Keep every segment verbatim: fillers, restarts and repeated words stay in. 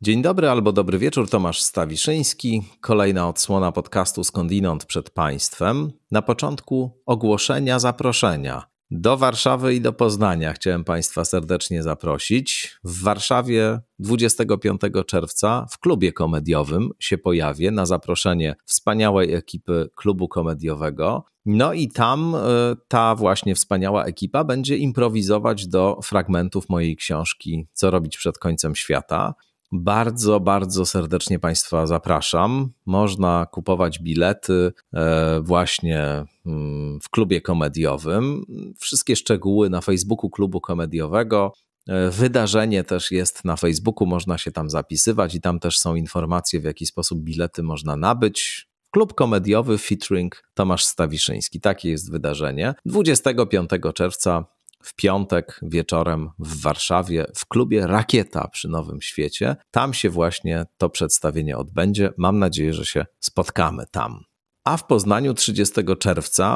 Dzień dobry albo dobry wieczór, Tomasz Stawiszyński. Kolejna odsłona podcastu Skądinąd przed Państwem. Na początku ogłoszenia zaproszenia. Do Warszawy i do Poznania chciałem Państwa serdecznie zaprosić. W Warszawie dwudziestego piątego czerwca w klubie komediowym się pojawię na zaproszenie wspaniałej ekipy klubu komediowego. No i tam ta właśnie wspaniała ekipa będzie improwizować do fragmentów mojej książki Co robić przed końcem świata. Bardzo, bardzo serdecznie Państwa zapraszam. Można kupować bilety właśnie w klubie komediowym. Wszystkie szczegóły na Facebooku klubu komediowego. Wydarzenie też jest na Facebooku, można się tam zapisywać i tam też są informacje, w jaki sposób bilety można nabyć. Klub komediowy featuring Tomasz Stawiszyński. Takie jest wydarzenie. dwudziestego piątego czerwca w piątek wieczorem w Warszawie w klubie Rakieta przy Nowym Świecie. Tam się właśnie to przedstawienie odbędzie. Mam nadzieję, że się spotkamy tam. A w Poznaniu trzydziestego czerwca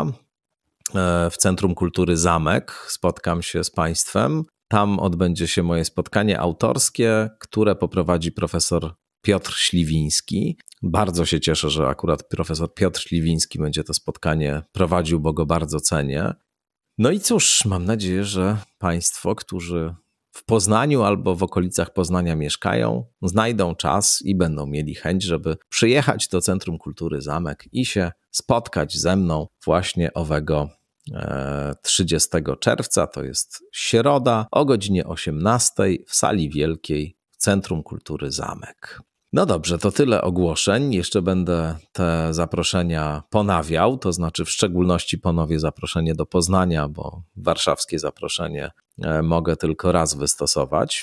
w Centrum Kultury Zamek spotkam się z Państwem. Tam odbędzie się moje spotkanie autorskie, które poprowadzi profesor Piotr Śliwiński. Bardzo się cieszę, że akurat profesor Piotr Śliwiński będzie to spotkanie prowadził, bo go bardzo cenię. No i cóż, mam nadzieję, że Państwo, którzy w Poznaniu albo w okolicach Poznania mieszkają, znajdą czas i będą mieli chęć, żeby przyjechać do Centrum Kultury Zamek i się spotkać ze mną właśnie owego trzydziestego czerwca. To jest środa o godzinie osiemnastej w sali wielkiej w Centrum Kultury Zamek. No dobrze, to tyle ogłoszeń. Jeszcze będę te zaproszenia ponawiał, to znaczy w szczególności ponowię zaproszenie do Poznania, bo warszawskie zaproszenie mogę tylko raz wystosować.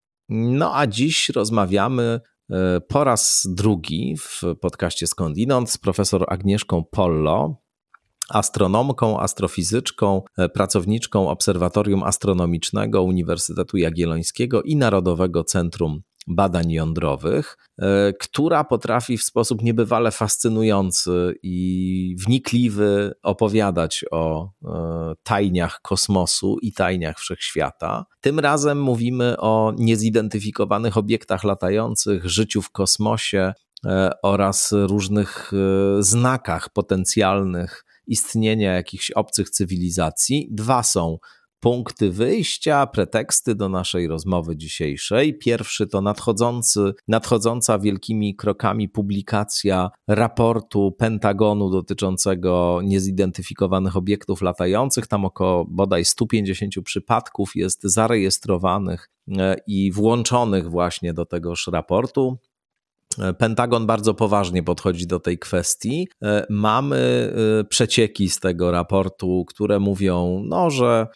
No a dziś rozmawiamy po raz drugi w podcaście Skądinąd z profesor Agnieszką Pollo, astronomką, astrofizyczką, pracowniczką Obserwatorium Astronomicznego Uniwersytetu Jagiellońskiego i Narodowego Centrum Badań Jądrowych, która potrafi w sposób niebywale fascynujący i wnikliwy opowiadać o tajniach kosmosu i tajniach wszechświata. Tym razem mówimy o niezidentyfikowanych obiektach latających, życiu w kosmosie oraz różnych znakach potencjalnych istnienia jakichś obcych cywilizacji. Dwa są punkty wyjścia, preteksty do naszej rozmowy dzisiejszej. Pierwszy to nadchodzący, nadchodząca wielkimi krokami publikacja raportu Pentagonu dotyczącego niezidentyfikowanych obiektów latających. Tam około bodaj stu pięćdziesięciu przypadków jest zarejestrowanych i włączonych właśnie do tegoż raportu. Pentagon bardzo poważnie podchodzi do tej kwestii. Mamy przecieki z tego raportu, które mówią, no, że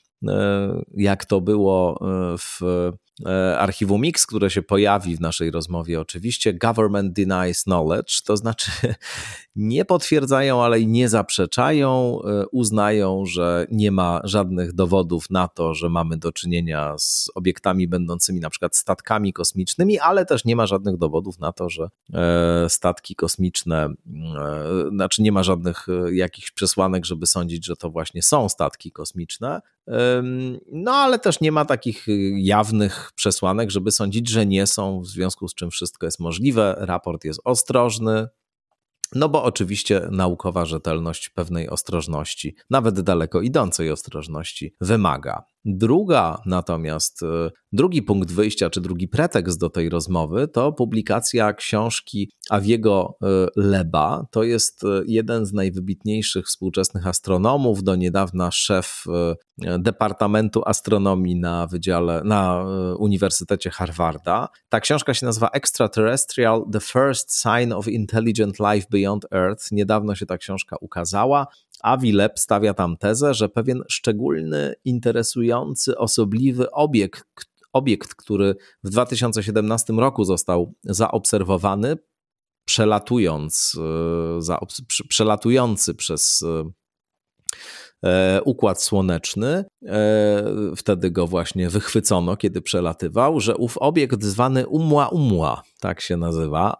jak to było w archiwum X, które się pojawi w naszej rozmowie oczywiście, government denies knowledge, to znaczy nie potwierdzają, ale i nie zaprzeczają, uznają, że nie ma żadnych dowodów na to, że mamy do czynienia z obiektami będącymi na przykład statkami kosmicznymi, ale też nie ma żadnych dowodów na to, że statki kosmiczne, znaczy nie ma żadnych jakichś przesłanek, żeby sądzić, że to właśnie są statki kosmiczne. No ale też nie ma takich jawnych przesłanek, żeby sądzić, że nie są, w związku z czym wszystko jest możliwe. Raport jest ostrożny, no bo oczywiście naukowa rzetelność pewnej ostrożności, nawet daleko idącej ostrożności wymaga. Druga natomiast, drugi punkt wyjścia, czy drugi pretekst do tej rozmowy to publikacja książki Aviego Leba. To jest jeden z najwybitniejszych współczesnych astronomów, do niedawna szef Departamentu Astronomii na Wydziale, na Uniwersytecie Harvarda. Ta książka się nazywa Extraterrestrial: The First Sign of Intelligent Life Beyond Earth. Niedawno się ta książka ukazała. Avi Loeb stawia tam tezę, że pewien szczególny, interesujący, osobliwy obiekt, obiekt, który w dwa tysiące siedemnastym roku został zaobserwowany, przelatując, za, przelatujący przez Układ Słoneczny, wtedy go właśnie wychwycono, kiedy przelatywał, że ów obiekt zwany Oumuamua, tak się nazywa,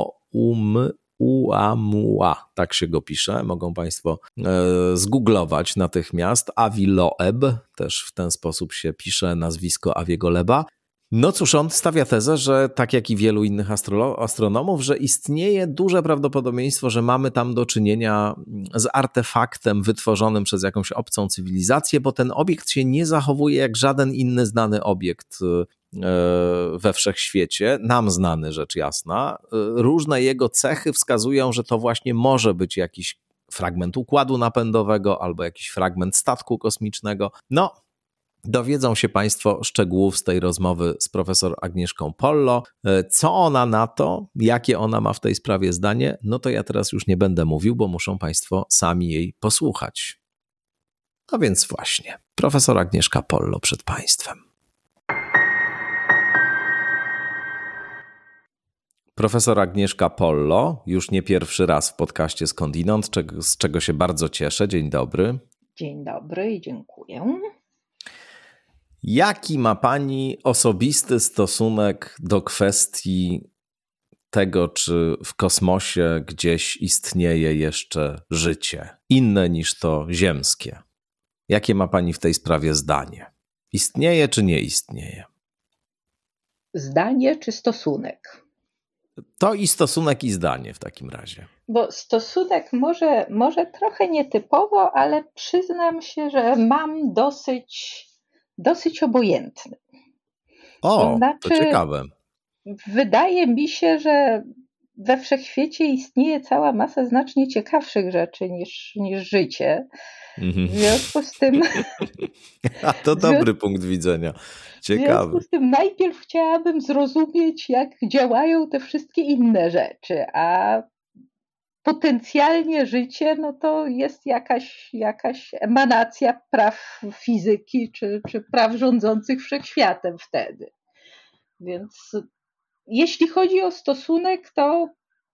Oumuamua, tak się go pisze, mogą Państwo zgooglować natychmiast, Avi Loeb, też w ten sposób się pisze nazwisko Aviego Leba. No cóż, on stawia tezę, że tak jak i wielu innych astro- astronomów, że istnieje duże prawdopodobieństwo, że mamy tam do czynienia z artefaktem wytworzonym przez jakąś obcą cywilizację, bo ten obiekt się nie zachowuje jak żaden inny znany obiekt we wszechświecie, nam znany rzecz jasna. Różne jego cechy wskazują, że to właśnie może być jakiś fragment układu napędowego albo jakiś fragment statku kosmicznego. No, dowiedzą się Państwo szczegółów z tej rozmowy z profesor Agnieszką Pollo. Co ona na to, jakie ona ma w tej sprawie zdanie, no to ja teraz już nie będę mówił, bo muszą Państwo sami jej posłuchać. No więc właśnie, profesor Agnieszka Pollo przed Państwem. Profesor Agnieszka Pollo, już nie pierwszy raz w podcaście Skądinąd, z czego się bardzo cieszę. Dzień dobry. Dzień dobry i dziękuję. Jaki ma Pani osobisty stosunek do kwestii tego, czy w kosmosie gdzieś istnieje jeszcze życie, inne niż to ziemskie? Jakie ma Pani w tej sprawie zdanie? Istnieje czy nie istnieje? Zdanie czy stosunek? To i stosunek, i zdanie w takim razie. Bo stosunek może, może trochę nietypowo, ale przyznam się, że mam dosyć, dosyć obojętny. O, to, znaczy, to ciekawe. Wydaje mi się, że we wszechświecie istnieje cała masa znacznie ciekawszych rzeczy niż, niż życie. W związku z tym... A to dobry punkt widzenia. Ciekawy. W związku z tym najpierw chciałabym zrozumieć, jak działają te wszystkie inne rzeczy, a potencjalnie życie, no to jest jakaś, jakaś emanacja praw fizyki czy, czy praw rządzących wszechświatem wtedy. Więc jeśli chodzi o stosunek, to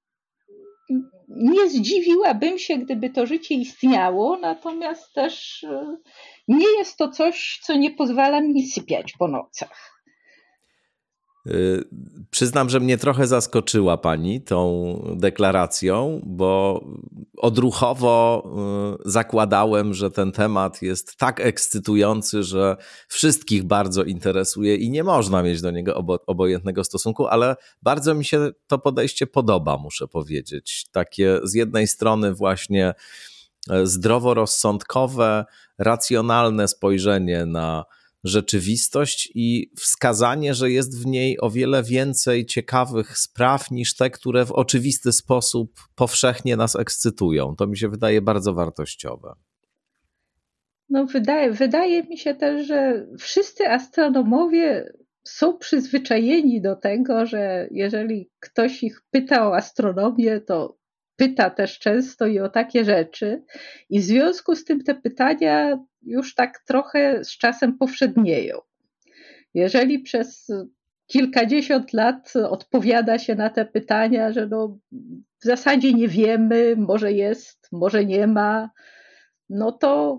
nie zdziwiłabym się, gdyby to życie istniało, natomiast też nie jest to coś, co nie pozwala mi sypiać po nocach. Yy, przyznam, że mnie trochę zaskoczyła Pani tą deklaracją, bo odruchowo yy, zakładałem, że ten temat jest tak ekscytujący, że wszystkich bardzo interesuje i nie można mieć do niego obo- obojętnego stosunku, ale bardzo mi się to podejście podoba, muszę powiedzieć. Takie z jednej strony właśnie zdroworozsądkowe, racjonalne spojrzenie na rzeczywistość i wskazanie, że jest w niej o wiele więcej ciekawych spraw niż te, które w oczywisty sposób powszechnie nas ekscytują. To mi się wydaje bardzo wartościowe. No wydaje, wydaje mi się też, że wszyscy astronomowie są przyzwyczajeni do tego, że jeżeli ktoś ich pyta o astronomię, to pyta też często i o takie rzeczy i w związku z tym te pytania już tak trochę z czasem powszednieją. Jeżeli przez kilkadziesiąt lat odpowiada się na te pytania, że no w zasadzie nie wiemy, może jest, może nie ma, no to,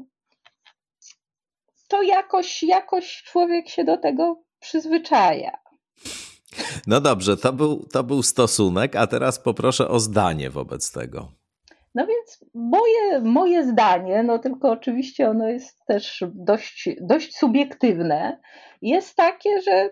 to jakoś, jakoś człowiek się do tego przyzwyczaja. No dobrze, to był, to był stosunek, a teraz poproszę o zdanie wobec tego. No więc moje, moje zdanie, no tylko oczywiście ono jest też dość, dość subiektywne, jest takie, że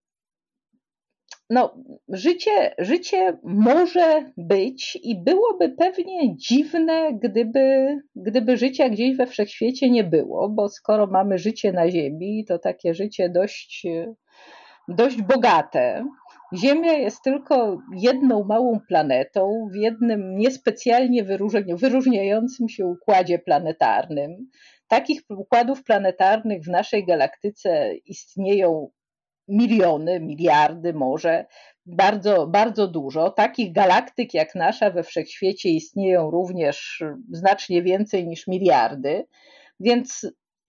no, życie, życie może być i byłoby pewnie dziwne, gdyby, gdyby życia gdzieś we wszechświecie nie było, bo skoro mamy życie na Ziemi, to takie życie dość, dość bogate. Ziemia jest tylko jedną małą planetą w jednym niespecjalnie wyróżniającym się układzie planetarnym. Takich układów planetarnych w naszej galaktyce istnieją miliony, miliardy może, bardzo, bardzo dużo. Takich galaktyk jak nasza we wszechświecie istnieją również znacznie więcej niż miliardy, więc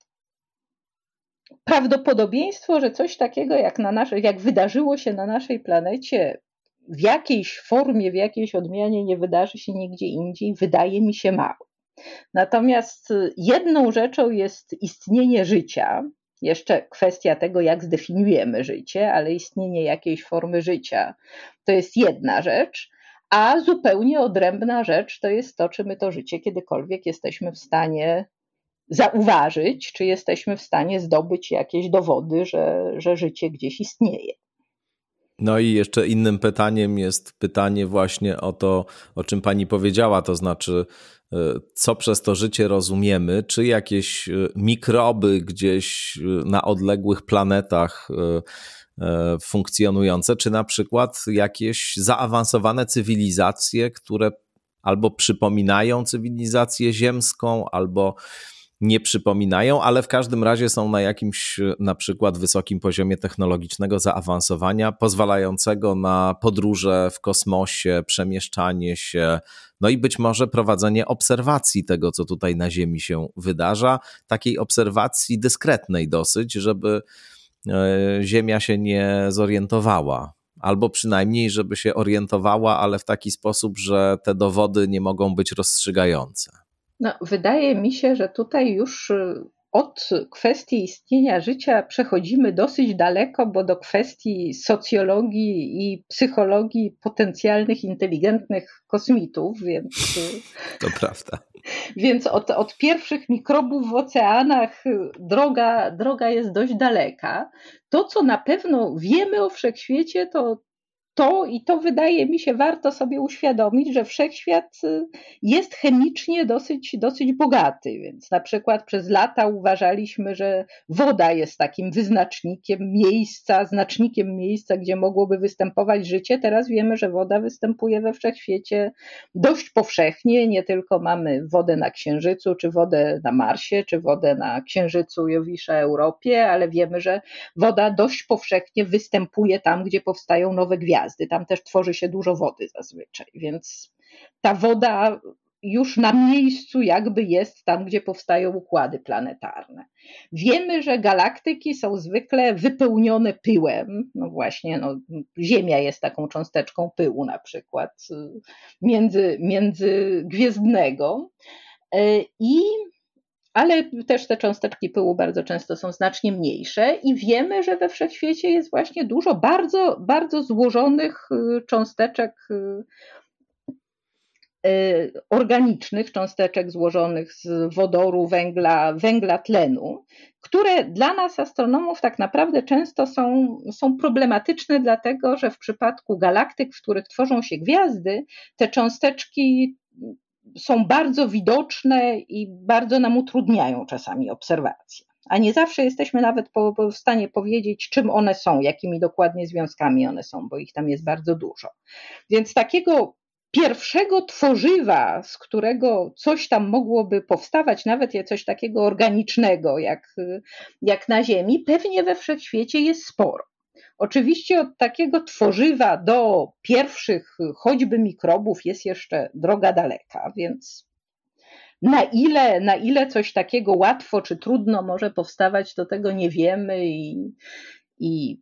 prawdopodobieństwo, że coś takiego jak, na nasze, jak wydarzyło się na naszej planecie w jakiejś formie, w jakiejś odmianie nie wydarzy się nigdzie indziej, wydaje mi się małe. Natomiast jedną rzeczą jest istnienie życia, jeszcze kwestia tego, jak zdefiniujemy życie, ale istnienie jakiejś formy życia to jest jedna rzecz, a zupełnie odrębna rzecz to jest to, czy my to życie kiedykolwiek jesteśmy w stanie zauważyć, czy jesteśmy w stanie zdobyć jakieś dowody, że, że życie gdzieś istnieje. No i jeszcze innym pytaniem jest pytanie właśnie o to, o czym pani powiedziała, to znaczy co przez to życie rozumiemy, czy jakieś mikroby gdzieś na odległych planetach funkcjonujące, czy na przykład jakieś zaawansowane cywilizacje, które albo przypominają cywilizację ziemską, albo nie przypominają, ale w każdym razie są na jakimś na przykład wysokim poziomie technologicznego zaawansowania, pozwalającego na podróże w kosmosie, przemieszczanie się, no i być może prowadzenie obserwacji tego, co tutaj na Ziemi się wydarza, takiej obserwacji dyskretnej dosyć, żeby Ziemia się nie zorientowała. Albo przynajmniej, żeby się orientowała, ale w taki sposób, że te dowody nie mogą być rozstrzygające. No, wydaje mi się, że tutaj już od kwestii istnienia życia przechodzimy dosyć daleko, bo do kwestii socjologii i psychologii potencjalnych inteligentnych kosmitów, więc... To prawda. Więc od, od pierwszych mikrobów w oceanach droga, droga jest dość daleka. To, co na pewno wiemy o wszechświecie, to To i to wydaje mi się warto sobie uświadomić, że wszechświat jest chemicznie dosyć, dosyć bogaty, więc na przykład przez lata uważaliśmy, że woda jest takim wyznacznikiem miejsca, znacznikiem miejsca, gdzie mogłoby występować życie. Teraz wiemy, że woda występuje we wszechświecie dość powszechnie, nie tylko mamy wodę na Księżycu, czy wodę na Marsie, czy wodę na Księżycu, Jowisza, Europie, ale wiemy, że woda dość powszechnie występuje tam, gdzie powstają nowe gwiazdy. Tam też tworzy się dużo wody zazwyczaj, więc ta woda już na miejscu jakby jest tam, gdzie powstają układy planetarne. Wiemy, że galaktyki są zwykle wypełnione pyłem. No właśnie, no, Ziemia jest taką cząsteczką pyłu na przykład między, międzygwiezdnego i ale też te cząsteczki pyłu bardzo często są znacznie mniejsze i wiemy, że we wszechświecie jest właśnie dużo bardzo, bardzo złożonych cząsteczek organicznych, cząsteczek złożonych z wodoru, węgla, węgla tlenu, które dla nas astronomów tak naprawdę często są, są problematyczne, dlatego że w przypadku galaktyk, w których tworzą się gwiazdy, te cząsteczki są bardzo widoczne i bardzo nam utrudniają czasami obserwacje. A nie zawsze jesteśmy nawet po, po w stanie powiedzieć, czym one są, jakimi dokładnie związkami one są, bo ich tam jest bardzo dużo. Więc takiego pierwszego tworzywa, z którego coś tam mogłoby powstawać, nawet coś takiego organicznego jak, jak na Ziemi, pewnie we wszechświecie jest sporo. Oczywiście od takiego tworzywa do pierwszych choćby mikrobów jest jeszcze droga daleka, więc na ile, na ile coś takiego łatwo czy trudno może powstawać, to tego nie wiemy i, i,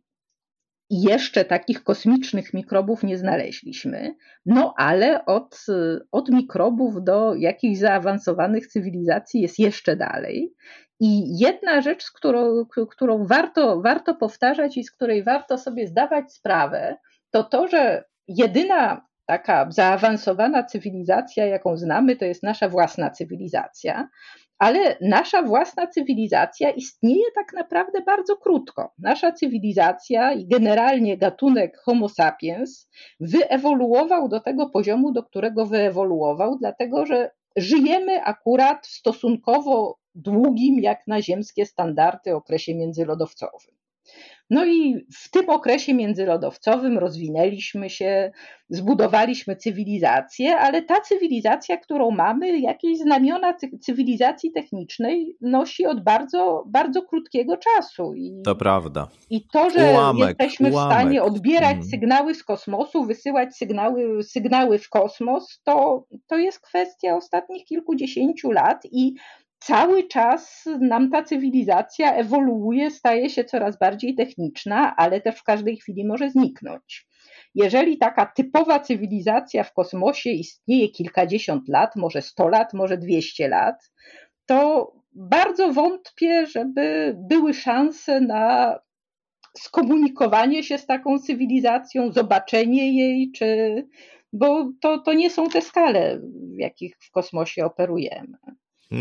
i jeszcze takich kosmicznych mikrobów nie znaleźliśmy. No ale od, od mikrobów do jakichś zaawansowanych cywilizacji jest jeszcze dalej. I jedna rzecz, z którą, którą warto, warto powtarzać i z której warto sobie zdawać sprawę, to to, że jedyna taka zaawansowana cywilizacja, jaką znamy, to jest nasza własna cywilizacja, ale nasza własna cywilizacja istnieje tak naprawdę bardzo krótko. Nasza cywilizacja i generalnie gatunek Homo sapiens wyewoluował do tego poziomu, do którego wyewoluował, dlatego że żyjemy akurat w stosunkowo długim, jak na ziemskie standardy, okresie międzylodowcowym. No i w tym okresie międzylodowcowym rozwinęliśmy się, zbudowaliśmy cywilizację, ale ta cywilizacja, którą mamy, jakieś znamiona cywilizacji technicznej nosi od bardzo, bardzo krótkiego czasu. I, to prawda. I to, że ułamek, jesteśmy ułamek. w stanie odbierać hmm. sygnały z kosmosu, wysyłać sygnały, sygnały w kosmos, to, to jest kwestia ostatnich kilkudziesięciu lat i cały czas nam ta cywilizacja ewoluuje, staje się coraz bardziej techniczna, ale też w każdej chwili może zniknąć. Jeżeli taka typowa cywilizacja w kosmosie istnieje kilkadziesiąt lat, może sto lat, może dwieście lat, to bardzo wątpię, żeby były szanse na skomunikowanie się z taką cywilizacją, zobaczenie jej, czy, bo to, to nie są te skale, w jakich w kosmosie operujemy. Hmm.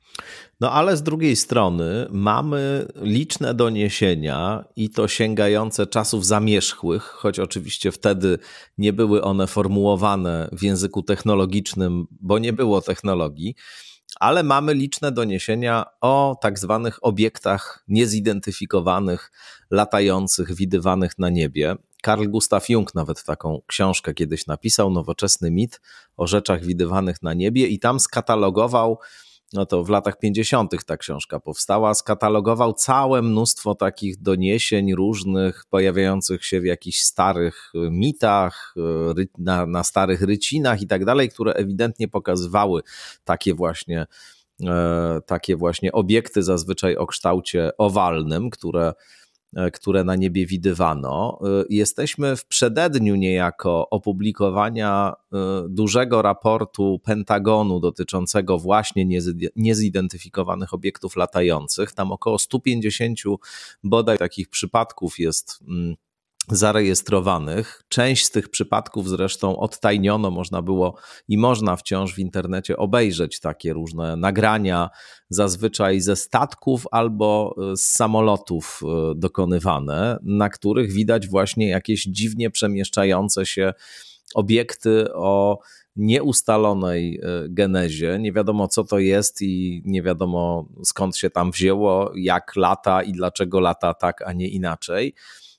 No ale z drugiej strony mamy liczne doniesienia i to sięgające czasów zamierzchłych, choć oczywiście wtedy nie były one formułowane w języku technologicznym, bo nie było technologii, ale mamy liczne doniesienia o tak zwanych obiektach niezidentyfikowanych, latających, widywanych na niebie. Carl Gustav Jung nawet taką książkę kiedyś napisał, Nowoczesny mit o rzeczach widywanych na niebie, i tam skatalogował, no to w latach pięćdziesiątych ta książka powstała, skatalogował całe mnóstwo takich doniesień różnych, pojawiających się w jakichś starych mitach, na, na starych rycinach i tak dalej, które ewidentnie pokazywały takie właśnie, e, takie właśnie obiekty, zazwyczaj o kształcie owalnym, które które na niebie widywano. Jesteśmy w przededniu niejako opublikowania dużego raportu Pentagonu dotyczącego właśnie niezidentyfikowanych obiektów latających. Tam około sto pięćdziesiąt bodaj takich przypadków jest zarejestrowanych. Część z tych przypadków zresztą odtajniono, można było i można wciąż w internecie obejrzeć takie różne nagrania, zazwyczaj ze statków albo z samolotów dokonywane, na których widać właśnie jakieś dziwnie przemieszczające się obiekty o nieustalonej genezie. Nie wiadomo, co to jest i nie wiadomo, skąd się tam wzięło, jak lata i dlaczego lata tak, a nie inaczej.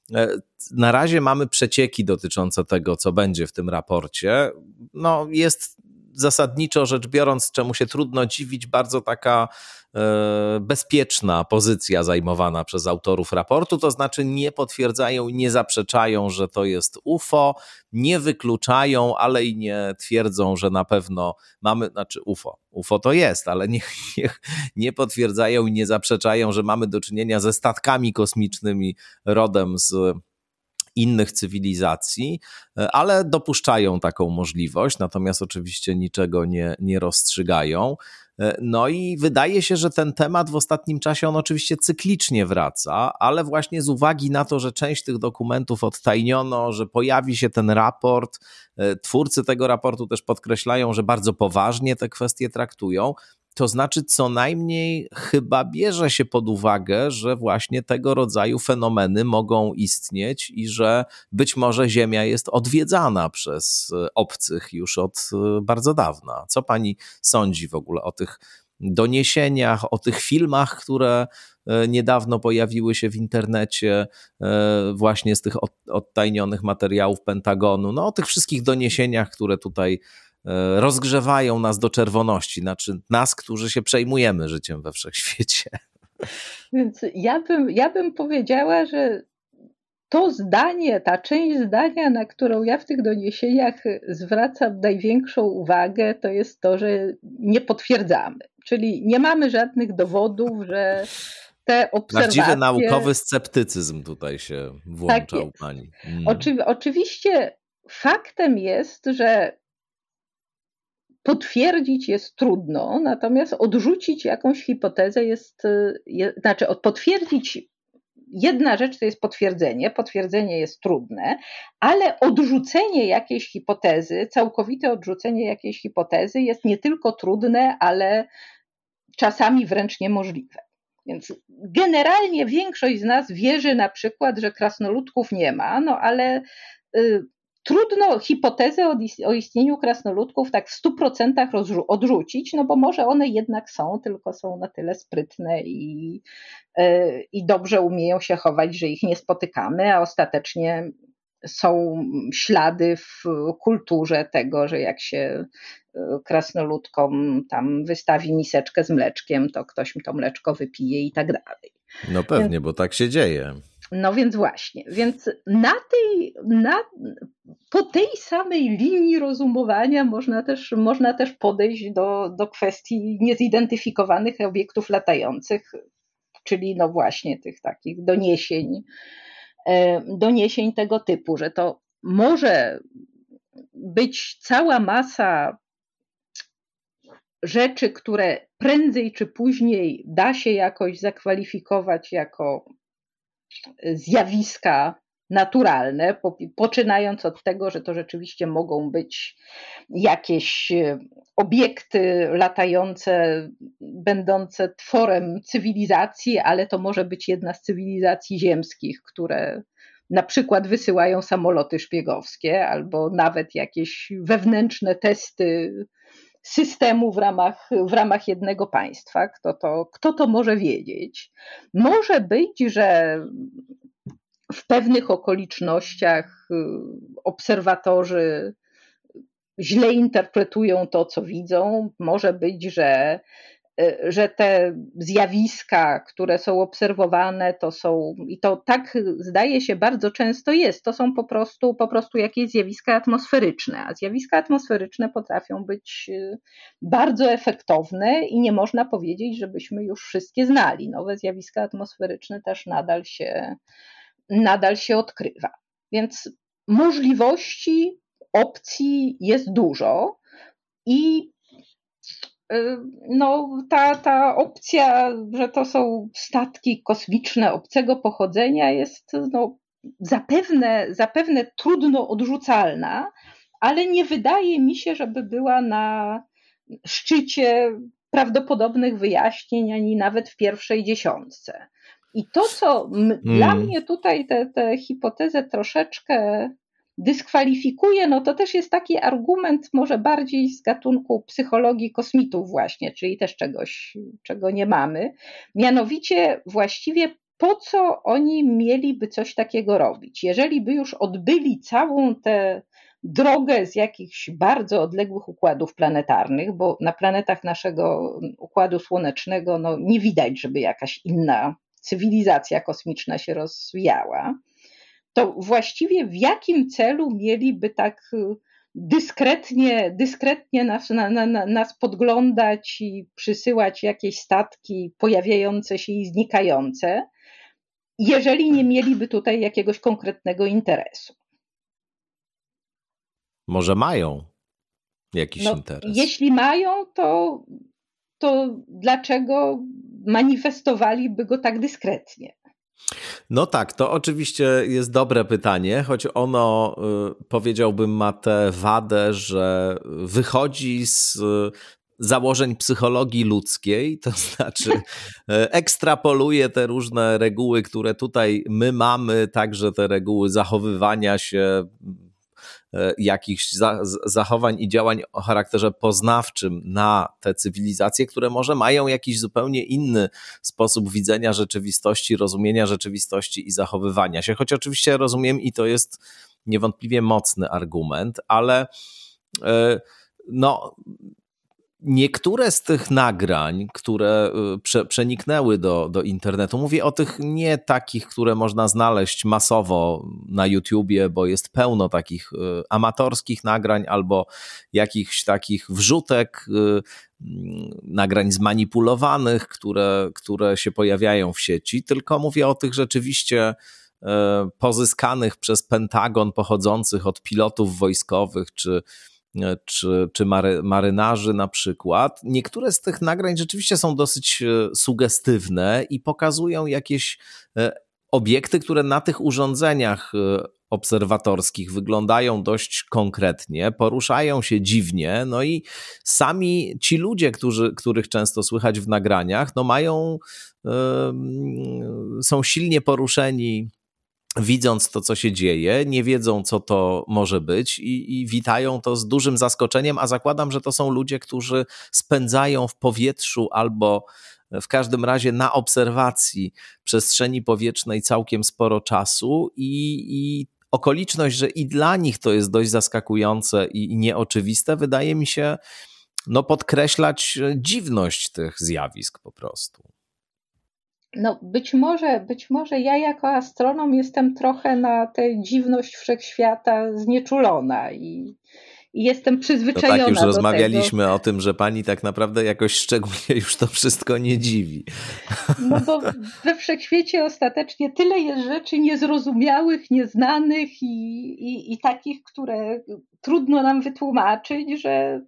Na razie mamy przecieki dotyczące tego, co będzie w tym raporcie. No, jest zasadniczo rzecz biorąc, czemu się trudno dziwić, bardzo taka e, bezpieczna pozycja zajmowana przez autorów raportu, to znaczy nie potwierdzają i nie zaprzeczają, że to jest U F O, nie wykluczają, ale i nie twierdzą, że na pewno mamy, znaczy U F O, U F O to jest, ale nie, nie, nie potwierdzają i nie zaprzeczają, że mamy do czynienia ze statkami kosmicznymi rodem z innych cywilizacji, ale dopuszczają taką możliwość, natomiast oczywiście niczego nie, nie rozstrzygają. No i wydaje się, że ten temat w ostatnim czasie on oczywiście cyklicznie wraca, ale właśnie z uwagi na to, że część tych dokumentów odtajniono, że pojawi się ten raport, twórcy tego raportu też podkreślają, że bardzo poważnie te kwestie traktują. To znaczy co najmniej chyba bierze się pod uwagę, że właśnie tego rodzaju fenomeny mogą istnieć i że być może Ziemia jest odwiedzana przez obcych już od bardzo dawna. Co pani sądzi w ogóle o tych doniesieniach, o tych filmach, które niedawno pojawiły się w internecie właśnie z tych odtajnionych materiałów Pentagonu, no o tych wszystkich doniesieniach, które tutaj rozgrzewają nas do czerwoności, znaczy nas, którzy się przejmujemy życiem we wszechświecie. Więc ja bym, ja bym powiedziała, że to zdanie, ta część zdania, na którą ja w tych doniesieniach zwracam największą uwagę, to jest to, że nie potwierdzamy. Czyli nie mamy żadnych dowodów, że te obserwacje... Prawdziwy naukowy sceptycyzm tutaj się włączał tak pani. Mm. Oczy, oczywiście faktem jest, że potwierdzić jest trudno, natomiast odrzucić jakąś hipotezę jest, je, znaczy potwierdzić, jedna rzecz to jest potwierdzenie, potwierdzenie jest trudne, ale odrzucenie jakiejś hipotezy, całkowite odrzucenie jakiejś hipotezy jest nie tylko trudne, ale czasami wręcz niemożliwe. Więc generalnie większość z nas wierzy na przykład, że krasnoludków nie ma, no ale y, trudno hipotezę o istnieniu krasnoludków tak w stu procentach odrzucić, no bo może one jednak są, tylko są na tyle sprytne i, i dobrze umieją się chować, że ich nie spotykamy, a ostatecznie są ślady w kulturze tego, że jak się krasnoludkom tam wystawi miseczkę z mleczkiem, to ktoś to mleczko wypije i tak dalej. No pewnie, więc, bo tak się dzieje. No więc właśnie, więc na tej, na, po tej samej linii rozumowania można też, można też podejść do, do kwestii niezidentyfikowanych obiektów latających, czyli no właśnie tych takich doniesień, doniesień tego typu, że to może być cała masa rzeczy, które prędzej czy później da się jakoś zakwalifikować jako zjawiska naturalne, po, poczynając od tego, że to rzeczywiście mogą być jakieś obiekty latające, będące tworem cywilizacji, ale to może być jedna z cywilizacji ziemskich, które na przykład wysyłają samoloty szpiegowskie albo nawet jakieś wewnętrzne testy systemu w ramach, w ramach jednego państwa. Kto to, kto to może wiedzieć? Może być, że w pewnych okolicznościach obserwatorzy źle interpretują to, co widzą. Może być, że, że te zjawiska, które są obserwowane, to są, i to tak zdaje się bardzo często jest, to są po prostu, po prostu jakieś zjawiska atmosferyczne, a zjawiska atmosferyczne potrafią być bardzo efektowne i nie można powiedzieć, żebyśmy już wszystkie znali. Nowe zjawiska atmosferyczne też nadal się, nadal się odkrywa. Więc możliwości, opcji jest dużo i no, ta, ta opcja, że to są statki kosmiczne obcego pochodzenia jest no, zapewne, zapewne trudno odrzucalna, ale nie wydaje mi się, żeby była na szczycie prawdopodobnych wyjaśnień, ani nawet w pierwszej dziesiątce. I to, co m- hmm. dla mnie tutaj tę hipotezę troszeczkę dyskwalifikuje, no to też jest taki argument może bardziej z gatunku psychologii kosmitów właśnie, czyli też czegoś, czego nie mamy. Mianowicie właściwie po co oni mieliby coś takiego robić? Jeżeli by już odbyli całą tę drogę z jakichś bardzo odległych układów planetarnych, bo na planetach naszego Układu Słonecznego no, nie widać, żeby jakaś inna cywilizacja kosmiczna się rozwijała, to właściwie w jakim celu mieliby tak dyskretnie, dyskretnie nas, na, na, nas podglądać i przysyłać jakieś statki pojawiające się i znikające, jeżeli nie mieliby tutaj jakiegoś konkretnego interesu? Może mają jakiś no, interes. Jeśli mają, to, to dlaczego manifestowaliby go tak dyskretnie? No tak, to oczywiście jest dobre pytanie, choć ono, powiedziałbym, ma tę wadę, że wychodzi z założeń psychologii ludzkiej, to znaczy ekstrapoluje te różne reguły, które tutaj my mamy, także te reguły zachowywania się, jakichś zachowań i działań o charakterze poznawczym na te cywilizacje, które może mają jakiś zupełnie inny sposób widzenia rzeczywistości, rozumienia rzeczywistości i zachowywania się. Choć oczywiście rozumiem i to jest niewątpliwie mocny argument, ale no... Niektóre z tych nagrań, które prze, przeniknęły do, do internetu, mówię o tych nie takich, które można znaleźć masowo na YouTubie, bo jest pełno takich amatorskich nagrań albo jakichś takich wrzutek, nagrań zmanipulowanych, które, które się pojawiają w sieci, tylko mówię o tych rzeczywiście pozyskanych przez Pentagon, pochodzących od pilotów wojskowych czy czy, czy mary, marynarzy na przykład. Niektóre z tych nagrań rzeczywiście są dosyć sugestywne i pokazują jakieś obiekty, które na tych urządzeniach obserwatorskich wyglądają dość konkretnie, poruszają się dziwnie, no i sami ci ludzie, którzy, których często słychać w nagraniach, no mają, yy, są silnie poruszeni widząc to, co się dzieje, nie wiedzą, co to może być i, i witają to z dużym zaskoczeniem, a zakładam, że to są ludzie, którzy spędzają w powietrzu albo w każdym razie na obserwacji przestrzeni powietrznej całkiem sporo czasu i, i okoliczność, że i dla nich to jest dość zaskakujące i, i nieoczywiste, wydaje mi się no, podkreślać dziwność tych zjawisk po prostu. No być może, być może ja jako astronom jestem trochę na tę dziwność wszechświata znieczulona i, i jestem przyzwyczajona do tego. No tak, już rozmawialiśmy o tym, że pani tak naprawdę jakoś szczególnie już to wszystko nie dziwi. No bo we wszechświecie ostatecznie tyle jest rzeczy niezrozumiałych, nieznanych i, i, i takich, które trudno nam wytłumaczyć, że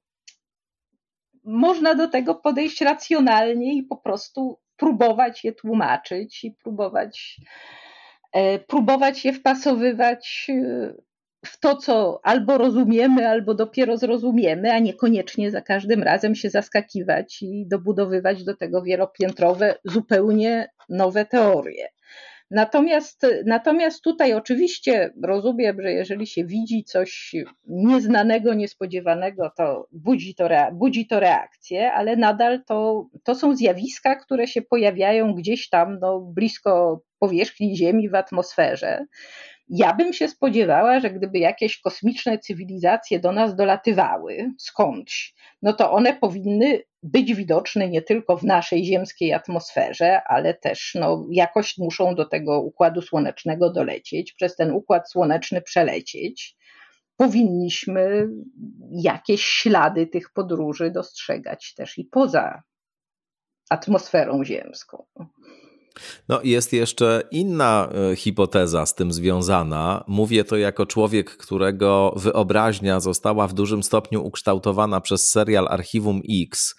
można do tego podejść racjonalnie i po prostu próbować je tłumaczyć i próbować próbować je wpasowywać w to, co albo rozumiemy, albo dopiero zrozumiemy, a niekoniecznie za każdym razem się zaskakiwać i dobudowywać do tego wielopiętrowe, zupełnie nowe teorie. Natomiast, natomiast tutaj oczywiście rozumiem, że jeżeli się widzi coś nieznanego, niespodziewanego, to budzi to, rea- budzi to reakcję, ale nadal to, to są zjawiska, które się pojawiają gdzieś tam no, blisko powierzchni Ziemi, w atmosferze. Ja bym się spodziewała, że gdyby jakieś kosmiczne cywilizacje do nas dolatywały skądś, no to one powinny być widoczne nie tylko w naszej ziemskiej atmosferze, ale też no, jakoś muszą do tego Układu Słonecznego dolecieć, przez ten Układ Słoneczny przelecieć. Powinniśmy jakieś ślady tych podróży dostrzegać też i poza atmosferą ziemską. No jest jeszcze inna hipoteza z tym związana. Mówię to jako człowiek, którego wyobraźnia została w dużym stopniu ukształtowana przez serial Archiwum X,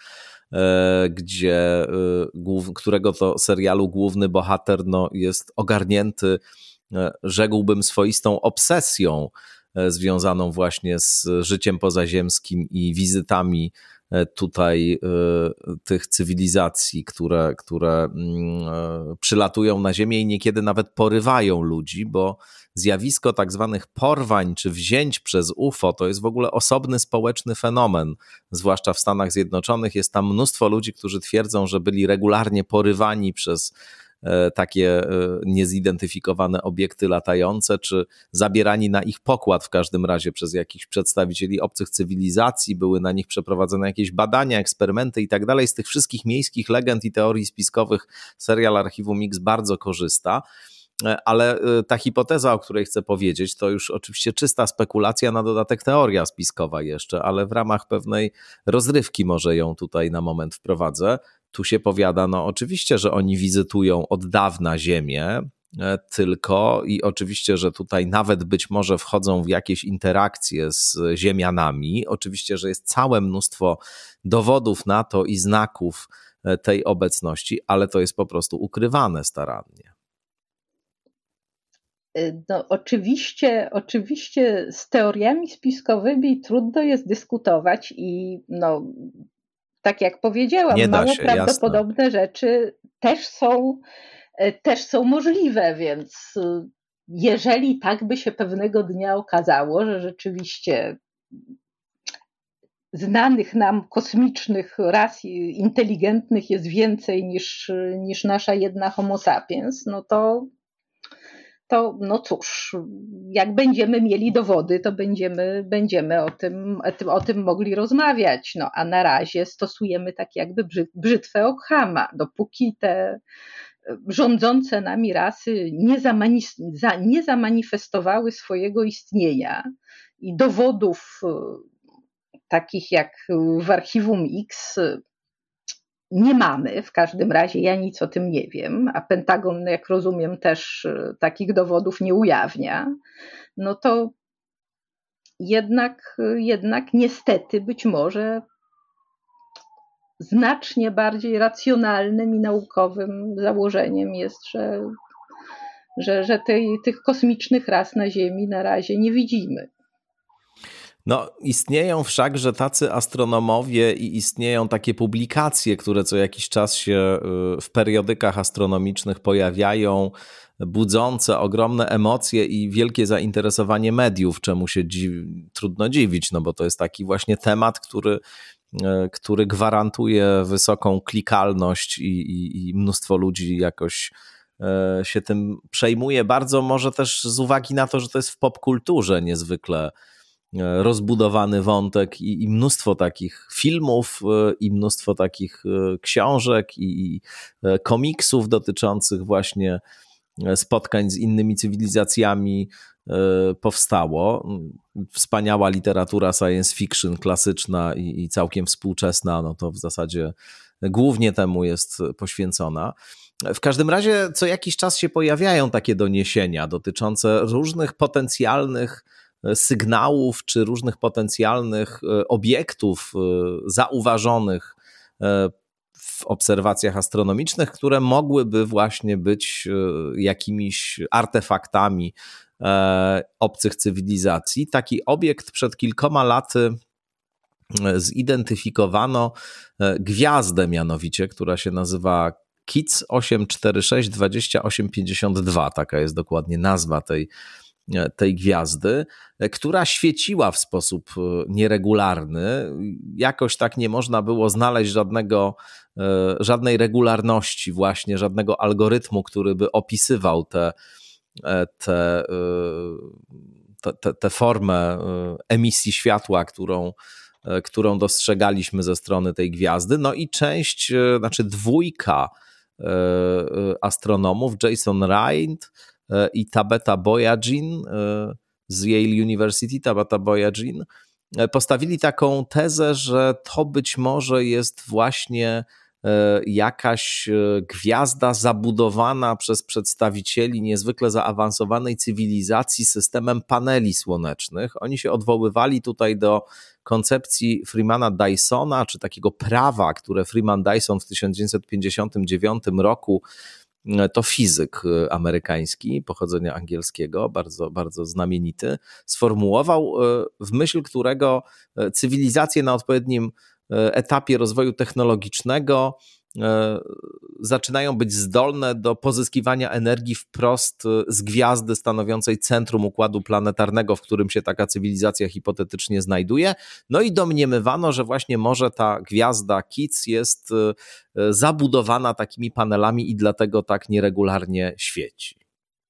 gdzie, którego to serialu główny bohater no, jest ogarnięty, rzekłbym, swoistą obsesją związaną właśnie z życiem pozaziemskim i wizytami tutaj tych cywilizacji, które, które przylatują na Ziemię i niekiedy nawet porywają ludzi, bo zjawisko tak zwanych porwań czy wzięć przez U F O to jest w ogóle osobny społeczny fenomen, zwłaszcza w Stanach Zjednoczonych. Jest tam mnóstwo ludzi, którzy twierdzą, że byli regularnie porywani przez takie niezidentyfikowane obiekty latające, czy zabierani na ich pokład w każdym razie przez jakichś przedstawicieli obcych cywilizacji, były na nich przeprowadzone jakieś badania, eksperymenty i tak dalej. Z tych wszystkich miejskich legend i teorii spiskowych serial Archiwum X bardzo korzysta. Ale ta hipoteza, o której chcę powiedzieć, to już oczywiście czysta spekulacja, na dodatek teoria spiskowa jeszcze, ale w ramach pewnej rozrywki może ją tutaj na moment wprowadzę. Tu się powiada, no oczywiście, że oni wizytują od dawna Ziemię, tylko i oczywiście, że tutaj nawet być może wchodzą w jakieś interakcje z Ziemianami. Oczywiście, że jest całe mnóstwo dowodów na to i znaków tej obecności, ale to jest po prostu ukrywane starannie. No, oczywiście, oczywiście z teoriami spiskowymi trudno jest dyskutować i no, tak jak powiedziałam, mało się, prawdopodobne jasne. rzeczy też są, też są możliwe, więc jeżeli tak by się pewnego dnia okazało, że rzeczywiście znanych nam kosmicznych ras inteligentnych jest więcej niż, niż nasza jedna Homo sapiens, no to to no cóż, jak będziemy mieli dowody, to będziemy, będziemy o tym, o tym mogli rozmawiać. No, a na razie stosujemy tak jakby brzytwę Ockhama. Dopóki te rządzące nami rasy nie, zamani- za, nie zamanifestowały swojego istnienia i dowodów takich jak w Archiwum X nie mamy, w każdym razie ja nic o tym nie wiem, a Pentagon, jak rozumiem, też takich dowodów nie ujawnia, no to jednak, jednak niestety być może znacznie bardziej racjonalnym i naukowym założeniem jest, że, że, że tej, tych kosmicznych ras na Ziemi na razie nie widzimy. No, istnieją wszakże tacy astronomowie i istnieją takie publikacje, które co jakiś czas się w periodykach astronomicznych pojawiają, budzące ogromne emocje i wielkie zainteresowanie mediów, czemu się dziw- trudno dziwić, no bo to jest taki właśnie temat, który, który gwarantuje wysoką klikalność i, i, i mnóstwo ludzi jakoś się tym przejmuje. Bardzo może też z uwagi na to, że to jest w popkulturze niezwykle rozbudowany wątek i, i mnóstwo takich filmów i mnóstwo takich książek i, i komiksów dotyczących właśnie spotkań z innymi cywilizacjami powstało. Wspaniała literatura science fiction klasyczna i, i całkiem współczesna, no to w zasadzie głównie temu jest poświęcona. W każdym razie co jakiś czas się pojawiają takie doniesienia dotyczące różnych potencjalnych sygnałów czy różnych potencjalnych obiektów zauważonych w w obserwacjach astronomicznych, które mogłyby właśnie być jakimiś artefaktami obcych cywilizacji. Taki obiekt przed kilkoma laty zidentyfikowano, gwiazdę mianowicie, która się nazywa K I C osiem cztery sześć dwa osiem pięć dwa, taka jest dokładnie nazwa tej, tej gwiazdy, która świeciła w sposób nieregularny. Jakoś tak nie można było znaleźć żadnego, żadnej regularności, właśnie żadnego algorytmu, który by opisywał te, te, te, te formę emisji światła, którą którą dostrzegaliśmy ze strony tej gwiazdy. No i część, znaczy dwójka astronomów, Jason Rhind i Tabetha Boyadjian z Yale University, Tabetha Boyadjian, postawili taką tezę, że to być może jest właśnie jakaś gwiazda zabudowana przez przedstawicieli niezwykle zaawansowanej cywilizacji systemem paneli słonecznych. Oni się odwoływali tutaj do koncepcji Freemana Dysona, czy takiego prawa, które Freeman Dyson w tysiąc dziewięćset pięćdziesiątym dziewiątym roku, to fizyk amerykański pochodzenia angielskiego, bardzo, bardzo znamienity, sformułował, w myśl którego cywilizacje na odpowiednim etapie rozwoju technologicznego zaczynają być zdolne do pozyskiwania energii wprost z gwiazdy stanowiącej centrum układu planetarnego, w którym się taka cywilizacja hipotetycznie znajduje. No i domniemywano, że właśnie może ta gwiazda K I C jest zabudowana takimi panelami i dlatego tak nieregularnie świeci.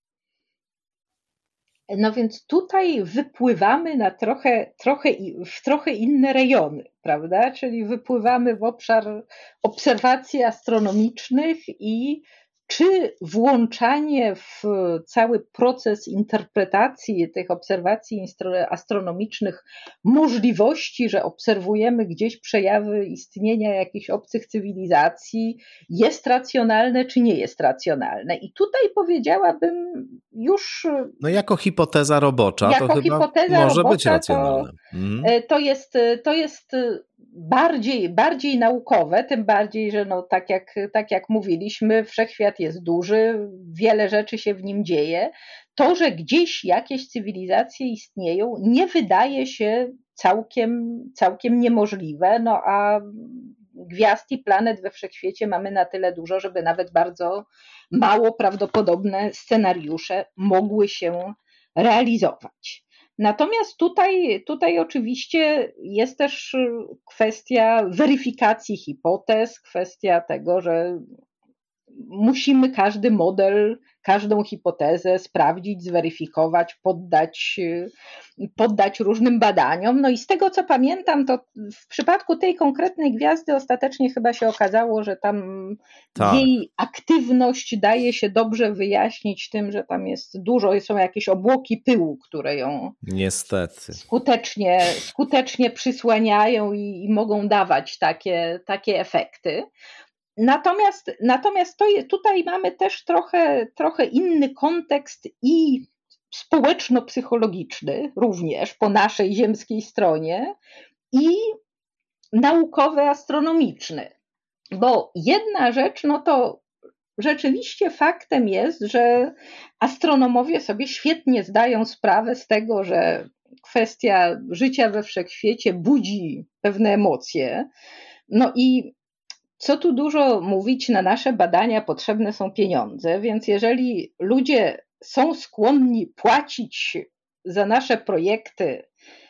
No więc tutaj wypływamy na trochę, trochę, w trochę inne rejony, prawda? Czyli wypływamy w obszar obserwacji astronomicznych i czy włączanie w cały proces interpretacji tych obserwacji astronomicznych możliwości, że obserwujemy gdzieś przejawy istnienia jakichś obcych cywilizacji, jest racjonalne, czy nie jest racjonalne. I tutaj powiedziałabym już... No jako hipoteza robocza jako to chyba hipoteza może robocza być racjonalne. To, mhm. to, jest, to jest bardziej, bardziej naukowe, tym bardziej, że no, tak, jak, tak jak mówiliśmy, wszechświat jest duży, wiele rzeczy się w nim dzieje. To, że gdzieś jakieś cywilizacje istnieją, nie wydaje się całkiem, całkiem niemożliwe, no a gwiazd i planet we wszechświecie mamy na tyle dużo, żeby nawet bardzo mało prawdopodobne scenariusze mogły się realizować. Natomiast tutaj, tutaj oczywiście jest też kwestia weryfikacji hipotez, kwestia tego, że musimy każdy model, każdą hipotezę sprawdzić, zweryfikować, poddać, poddać różnym badaniom. No i z tego, co pamiętam, to w przypadku tej konkretnej gwiazdy ostatecznie chyba się okazało, że tam tak. jej aktywność daje się dobrze wyjaśnić tym, że tam jest dużo, są jakieś obłoki pyłu, które ją niestety skutecznie, skutecznie przysłaniają i, i mogą dawać takie, takie efekty. Natomiast, natomiast to je, tutaj mamy też trochę, trochę inny kontekst i społeczno-psychologiczny również po naszej ziemskiej stronie i naukowy, astronomiczny. Bo jedna rzecz, no to rzeczywiście faktem jest, że astronomowie sobie świetnie zdają sprawę z tego, że kwestia życia we wszechświecie budzi pewne emocje. No i co tu dużo mówić, na nasze badania potrzebne są pieniądze, więc jeżeli ludzie są skłonni płacić za nasze projekty,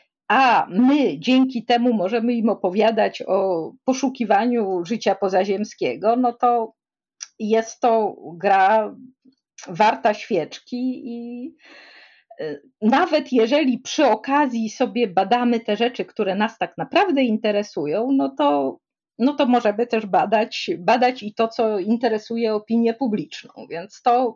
a my dzięki temu możemy im opowiadać o poszukiwaniu życia pozaziemskiego, no to jest to gra warta świeczki i nawet jeżeli przy okazji sobie badamy te rzeczy, które nas tak naprawdę interesują, no to no to możemy też badać, badać i to, co interesuje opinię publiczną, więc to,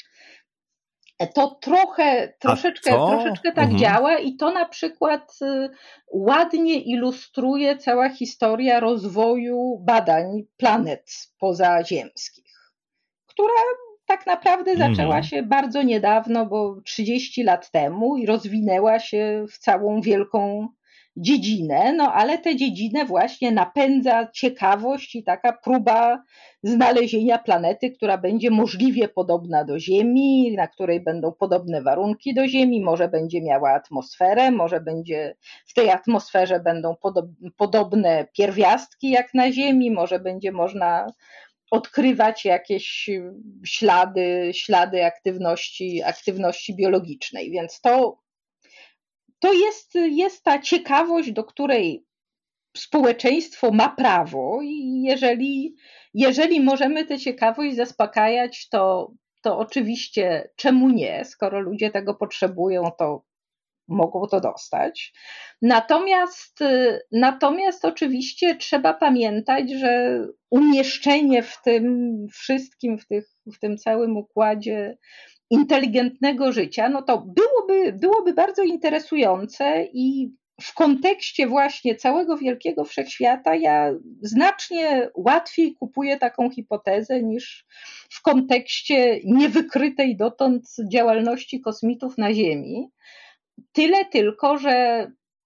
to trochę, troszeczkę, to? troszeczkę tak mhm. działa i to na przykład ładnie ilustruje cała historia rozwoju badań planet pozaziemskich, która tak naprawdę zaczęła mhm. się bardzo niedawno, bo trzydzieści lat temu i rozwinęła się w całą wielką dziedzinę, no ale tę dziedzinę właśnie napędza ciekawość i taka próba znalezienia planety, która będzie możliwie podobna do Ziemi, na której będą podobne warunki do Ziemi, może będzie miała atmosferę, może będzie w tej atmosferze będą podob- podobne pierwiastki jak na Ziemi, może będzie można odkrywać jakieś ślady, ślady aktywności, aktywności biologicznej, więc to To jest, jest ta ciekawość, do której społeczeństwo ma prawo i jeżeli, jeżeli możemy tę ciekawość zaspokajać, to, to oczywiście czemu nie? Skoro ludzie tego potrzebują, to mogą to dostać. Natomiast, natomiast oczywiście trzeba pamiętać, że umieszczenie w tym wszystkim, w, tych, w tym całym układzie inteligentnego życia, no to byłoby, byłoby bardzo interesujące i w kontekście właśnie całego wielkiego wszechświata ja znacznie łatwiej kupuję taką hipotezę niż w kontekście niewykrytej dotąd działalności kosmitów na Ziemi. Tyle tylko, że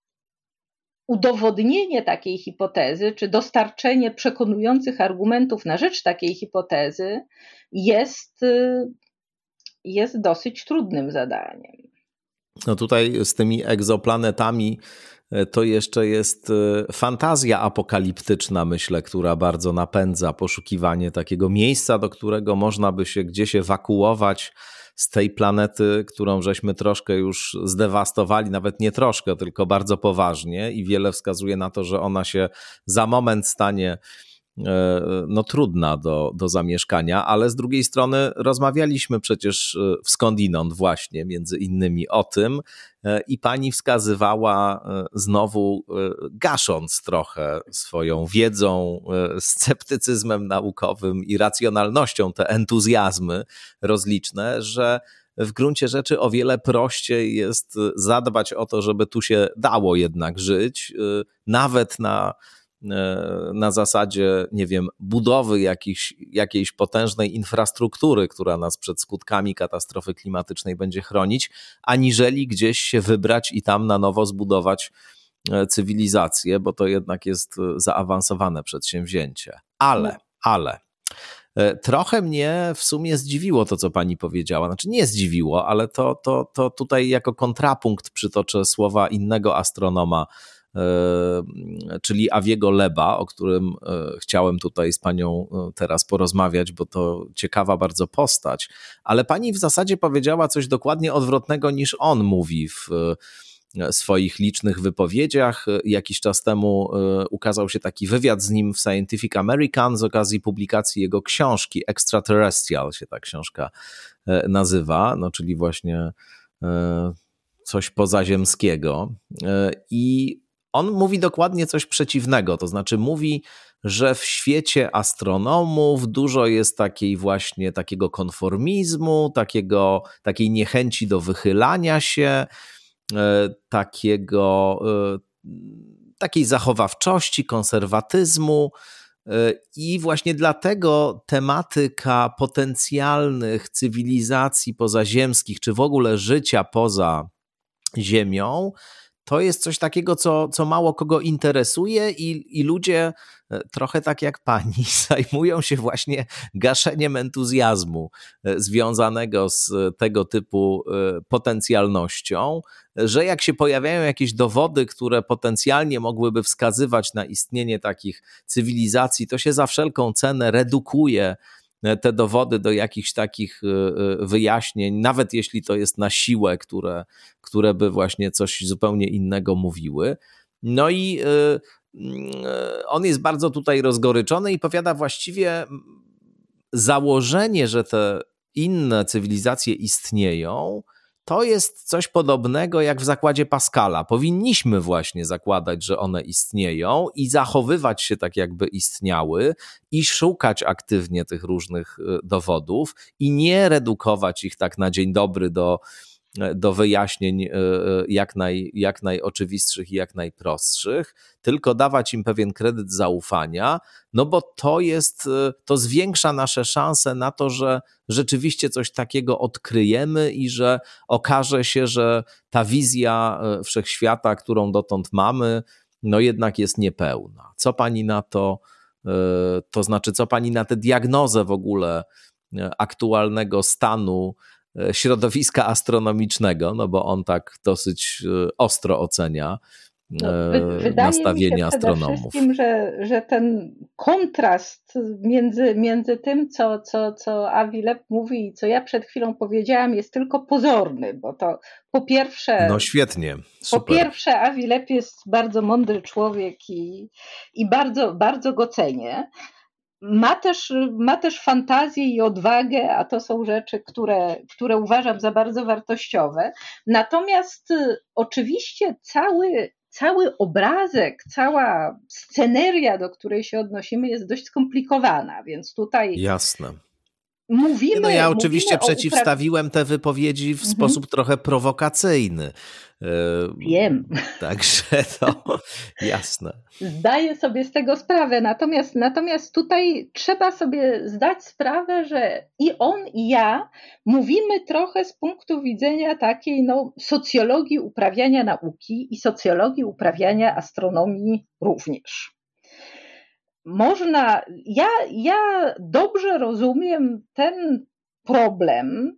udowodnienie takiej hipotezy, czy dostarczenie przekonujących argumentów na rzecz takiej hipotezy jest jest dosyć trudnym zadaniem. No tutaj z tymi egzoplanetami to jeszcze jest fantazja apokaliptyczna, myślę, która bardzo napędza poszukiwanie takiego miejsca, do którego można by się gdzieś ewakuować z tej planety, którą żeśmy troszkę już zdewastowali, nawet nie troszkę, tylko bardzo poważnie i wiele wskazuje na to, że ona się za moment stanie no trudna do, do zamieszkania, ale z drugiej strony rozmawialiśmy przecież w Skądinąd właśnie między innymi o tym i pani wskazywała znowu, gasząc trochę swoją wiedzą, sceptycyzmem naukowym i racjonalnością te entuzjazmy rozliczne, że w gruncie rzeczy o wiele prościej jest zadbać o to, żeby tu się dało jednak żyć, nawet na na zasadzie, nie wiem, budowy jakiejś, jakiejś potężnej infrastruktury, która nas przed skutkami katastrofy klimatycznej będzie chronić, aniżeli gdzieś się wybrać i tam na nowo zbudować cywilizację, bo to jednak jest zaawansowane przedsięwzięcie. Ale, ale trochę mnie w sumie zdziwiło to, co pani powiedziała. Znaczy nie zdziwiło, ale to, to, to tutaj jako kontrapunkt przytoczę słowa innego astronoma, czyli Aviego Leba, o którym chciałem tutaj z panią teraz porozmawiać, bo to ciekawa bardzo postać, ale pani w zasadzie powiedziała coś dokładnie odwrotnego niż on mówi w swoich licznych wypowiedziach. Jakiś czas temu ukazał się taki wywiad z nim w Scientific American z okazji publikacji jego książki Extraterrestrial się ta książka nazywa, no czyli właśnie coś pozaziemskiego i on mówi dokładnie coś przeciwnego, to znaczy mówi, że w świecie astronomów dużo jest takiej właśnie takiego konformizmu, takiego, takiej niechęci do wychylania się, takiego, takiej zachowawczości, konserwatyzmu i właśnie dlatego tematyka potencjalnych cywilizacji pozaziemskich, czy w ogóle życia poza Ziemią, to jest coś takiego, co, co mało kogo interesuje i, i ludzie trochę tak jak pani zajmują się właśnie gaszeniem entuzjazmu związanego z tego typu potencjalnością, że jak się pojawiają jakieś dowody, które potencjalnie mogłyby wskazywać na istnienie takich cywilizacji, to się za wszelką cenę redukuje te dowody do jakichś takich wyjaśnień, nawet jeśli to jest na siłę, które, które by właśnie coś zupełnie innego mówiły. No i on jest bardzo tutaj rozgoryczony i powiada właściwie założenie, że te inne cywilizacje istnieją, to jest coś podobnego jak w zakładzie Pascala. Powinniśmy właśnie zakładać, że one istnieją i zachowywać się tak, jakby istniały i szukać aktywnie tych różnych dowodów i nie redukować ich tak na dzień dobry do do wyjaśnień jak, naj, jak najoczywistszych i jak najprostszych, tylko dawać im pewien kredyt zaufania, no bo to jest, to zwiększa nasze szanse na to, że rzeczywiście coś takiego odkryjemy i że okaże się, że ta wizja wszechświata, którą dotąd mamy, no jednak jest niepełna. Co pani na to, to znaczy, co pani na tę diagnozę w ogóle aktualnego stanu środowiska astronomicznego, no bo on tak dosyć ostro ocenia no, wy, nastawienia astronomów. Wydaje mi się przede wszystkim, że, że ten kontrast między, między tym, co, co, co Avi Loeb mówi i co ja przed chwilą powiedziałam, jest tylko pozorny, bo to po pierwsze... No świetnie, super. Po pierwsze Avi Loeb jest bardzo mądry człowiek i, i bardzo, bardzo go cenię. Ma też, ma też fantazję i odwagę, a to są rzeczy, które, które uważam za bardzo wartościowe. Natomiast y, oczywiście cały, cały obrazek, cała sceneria, do której się odnosimy, jest dość skomplikowana, więc tutaj... Jasne. Mówimy, Nie no ja oczywiście przeciwstawiłem upraw... te wypowiedzi w mhm. sposób trochę prowokacyjny. Wiem. Także to jasne. Zdaję sobie z tego sprawę, natomiast, natomiast tutaj trzeba sobie zdać sprawę, że i on, i ja mówimy trochę z punktu widzenia takiej no, socjologii uprawiania nauki i socjologii uprawiania astronomii również. Można, ja, ja dobrze rozumiem ten problem,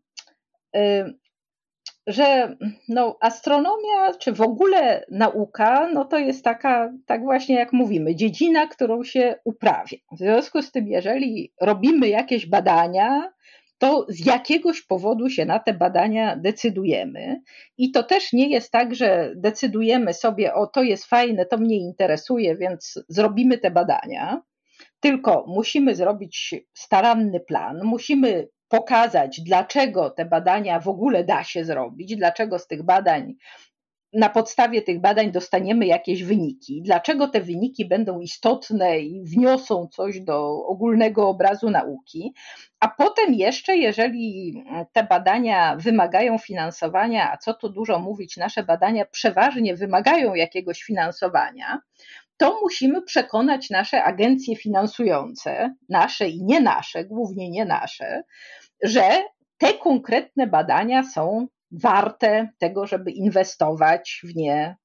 że no, astronomia, czy w ogóle nauka, no to jest taka, tak właśnie jak mówimy, dziedzina, którą się uprawia. W związku z tym, jeżeli robimy jakieś badania, to z jakiegoś powodu się na te badania decydujemy. I to też nie jest tak, że decydujemy sobie, o to jest fajne, to mnie interesuje, więc zrobimy te badania, tylko musimy zrobić staranny plan, musimy pokazać, dlaczego te badania w ogóle da się zrobić, dlaczego z tych badań, na podstawie tych badań dostaniemy jakieś wyniki, dlaczego te wyniki będą istotne i wniosą coś do ogólnego obrazu nauki, a potem jeszcze, jeżeli te badania wymagają finansowania, a co tu dużo mówić, nasze badania przeważnie wymagają jakiegoś finansowania, to musimy przekonać nasze agencje finansujące, nasze i nie nasze, głównie nie nasze, że te konkretne badania są warte tego, żeby inwestować w nie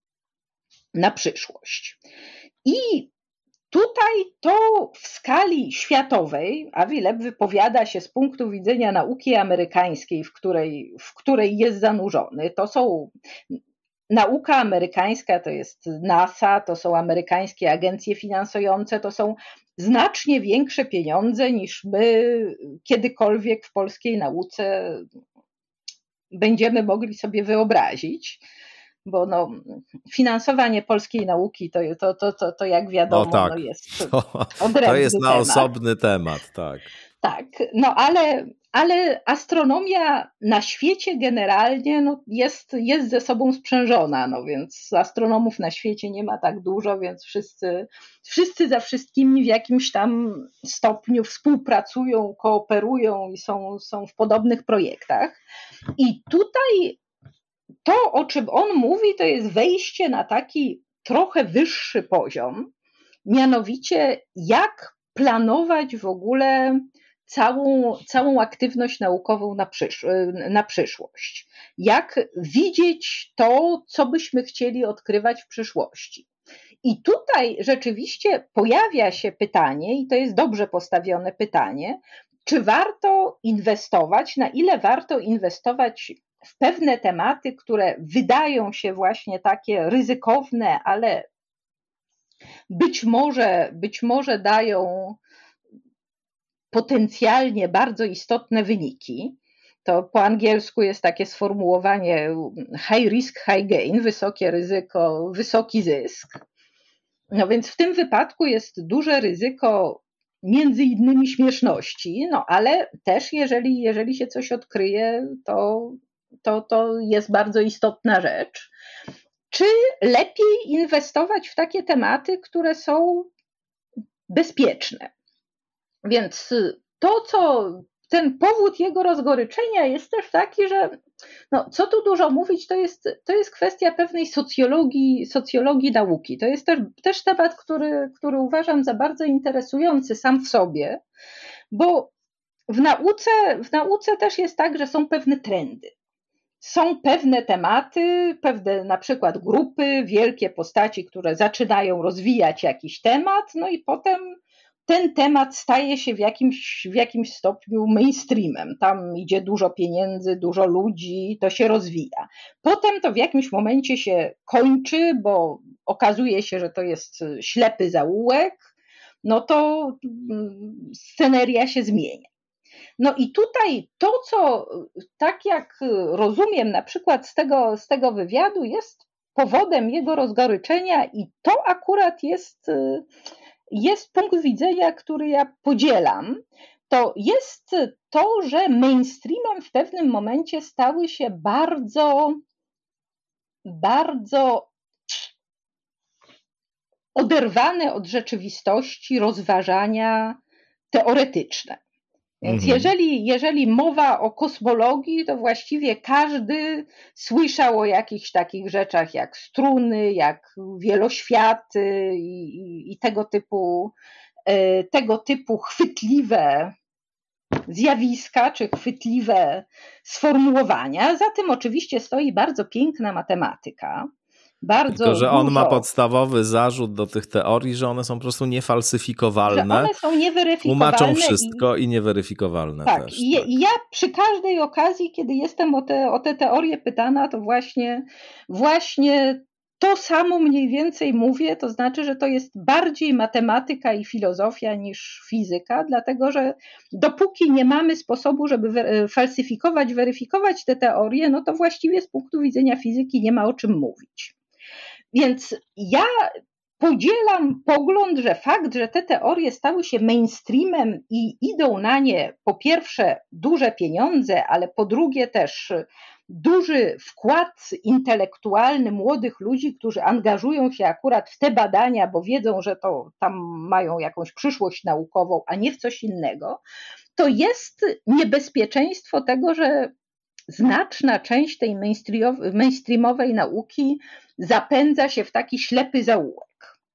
na przyszłość. I tutaj to w skali światowej, Avi Loeb wypowiada się z punktu widzenia nauki amerykańskiej, w której, w której jest zanurzony. To są nauka amerykańska, to jest NASA, to są amerykańskie agencje finansujące, to są znacznie większe pieniądze niż my kiedykolwiek w polskiej nauce będziemy mogli sobie wyobrazić, bo no, finansowanie polskiej nauki to, to, to, to, to jak wiadomo no tak. no jest odrębny To jest na temat. osobny temat, tak. Tak, no ale, ale astronomia na świecie generalnie no jest, jest ze sobą sprzężona, no więc astronomów na świecie nie ma tak dużo, więc wszyscy, wszyscy za wszystkimi w jakimś tam stopniu współpracują, kooperują i są, są w podobnych projektach. I tutaj to, o czym on mówi, to jest wejście na taki trochę wyższy poziom, mianowicie jak planować w ogóle całą, całą aktywność naukową na, przysz- na przyszłość. Jak widzieć to, co byśmy chcieli odkrywać w przyszłości. I tutaj rzeczywiście pojawia się pytanie, i to jest dobrze postawione pytanie, czy warto inwestować, na ile warto inwestować w pewne tematy, które wydają się właśnie takie ryzykowne, ale być może, być może dają potencjalnie bardzo istotne wyniki. To po angielsku jest takie sformułowanie high risk, high gain, wysokie ryzyko, wysoki zysk. No więc w tym wypadku jest duże ryzyko między innymi śmieszności, no ale też jeżeli, jeżeli się coś odkryje, to, to, to jest bardzo istotna rzecz. Czy lepiej inwestować w takie tematy, które są bezpieczne? Więc to, co, ten powód jego rozgoryczenia jest też taki, że no, co tu dużo mówić, to jest, to jest kwestia pewnej socjologii, socjologii nauki. To jest też, też temat, który, który uważam za bardzo interesujący sam w sobie, bo w nauce, w nauce też jest tak, że są pewne trendy. Są pewne tematy, pewne na przykład grupy, wielkie postaci, które zaczynają rozwijać jakiś temat, no i potem ten temat staje się w jakimś, w jakimś stopniu mainstreamem. Tam idzie dużo pieniędzy, dużo ludzi, to się rozwija. Potem to w jakimś momencie się kończy, bo okazuje się, że to jest ślepy zaułek, no to sceneria się zmienia. No i tutaj to, co tak jak rozumiem na przykład z tego, z tego wywiadu, jest powodem jego rozgoryczenia i to akurat jest, jest punkt widzenia, który ja podzielam, to jest to, że mainstreamem w pewnym momencie stały się bardzo, bardzo oderwane od rzeczywistości rozważania teoretyczne. Więc mhm. jeżeli, jeżeli mowa o kosmologii, to właściwie każdy słyszał o jakichś takich rzeczach jak struny, jak wieloświaty i, i, i tego typu, tego typu chwytliwe zjawiska czy chwytliwe sformułowania. Za tym oczywiście stoi bardzo piękna matematyka. Bardzo Tylko, że dużo, on ma podstawowy zarzut do tych teorii, że one są po prostu niefalsyfikowalne. Że one są nieweryfikowalne. Tłumaczą wszystko i, i nieweryfikowalne tak, też. I, tak, i ja przy każdej okazji, kiedy jestem o te, o te teorie pytana, to właśnie, właśnie to samo mniej więcej mówię, to znaczy, że to jest bardziej matematyka i filozofia niż fizyka, dlatego że dopóki nie mamy sposobu, żeby falsyfikować, weryfikować te teorie, no to właściwie z punktu widzenia fizyki nie ma o czym mówić. Więc ja podzielam pogląd, że fakt, że te teorie stały się mainstreamem i idą na nie po pierwsze duże pieniądze, ale po drugie też duży wkład intelektualny młodych ludzi, którzy angażują się akurat w te badania, bo wiedzą, że to tam mają jakąś przyszłość naukową, a nie w coś innego, to jest niebezpieczeństwo tego, że znaczna część tej mainstreamowej nauki zapędza się w taki ślepy zaułek.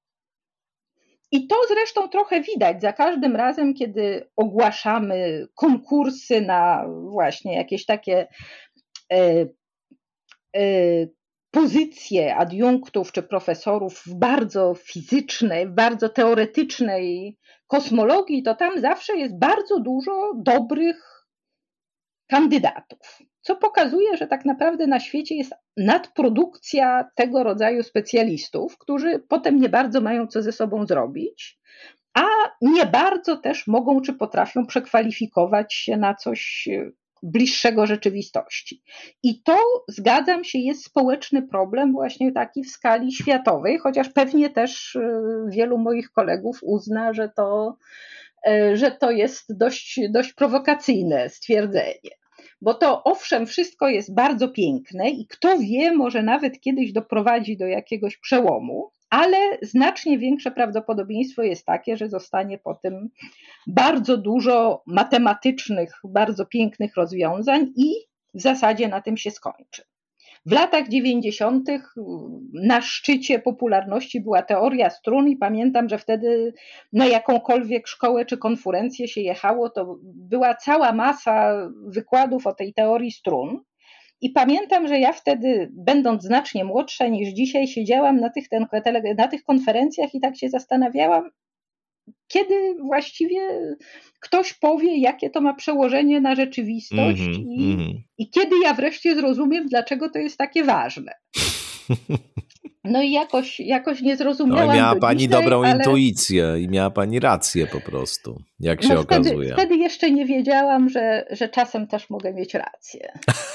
I to zresztą trochę widać za każdym razem, kiedy ogłaszamy konkursy na właśnie jakieś takie e, e, pozycje adiunktów czy profesorów w bardzo fizycznej, w bardzo teoretycznej kosmologii, to tam zawsze jest bardzo dużo dobrych kandydatów. Co pokazuje, że tak naprawdę na świecie jest nadprodukcja tego rodzaju specjalistów, którzy potem nie bardzo mają co ze sobą zrobić, a nie bardzo też mogą czy potrafią przekwalifikować się na coś bliższego rzeczywistości. I to, zgadzam się, jest społeczny problem właśnie taki w skali światowej, chociaż pewnie też wielu moich kolegów uzna, że to, że to jest dość, dość prowokacyjne stwierdzenie. Bo to owszem, wszystko jest bardzo piękne i kto wie, może nawet kiedyś doprowadzi do jakiegoś przełomu, ale znacznie większe prawdopodobieństwo jest takie, że zostanie po tym bardzo dużo matematycznych, bardzo pięknych rozwiązań i w zasadzie na tym się skończy. W latach dziewięćdziesiątych na szczycie popularności była teoria strun i pamiętam, że wtedy na jakąkolwiek szkołę czy konferencję się jechało, to była cała masa wykładów o tej teorii strun. I pamiętam, że ja wtedy, będąc znacznie młodsza niż dzisiaj, siedziałam na tych, ten, na tych konferencjach i tak się zastanawiałam, kiedy właściwie ktoś powie, jakie to ma przełożenie na rzeczywistość mm-hmm, i, mm-hmm. i kiedy ja wreszcie zrozumiem, dlaczego to jest takie ważne. No i jakoś, jakoś nie zrozumiałam. No i miała do pani dzisiaj, dobrą ale... intuicję i miała pani rację po prostu, jak no się wtedy, okazuje. Wtedy jeszcze nie wiedziałam, że, że czasem też mogę mieć rację.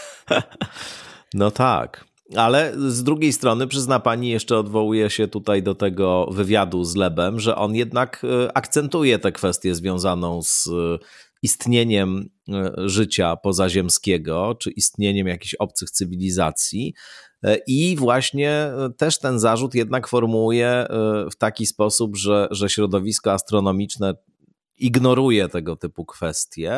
No tak. Ale z drugiej strony przyzna pani, jeszcze odwołuje się tutaj do tego wywiadu z Lebem, że on jednak akcentuje tę kwestię związaną z istnieniem życia pozaziemskiego, czy istnieniem jakichś obcych cywilizacji i właśnie też ten zarzut jednak formułuje w taki sposób, że, że środowisko astronomiczne ignoruje tego typu kwestie,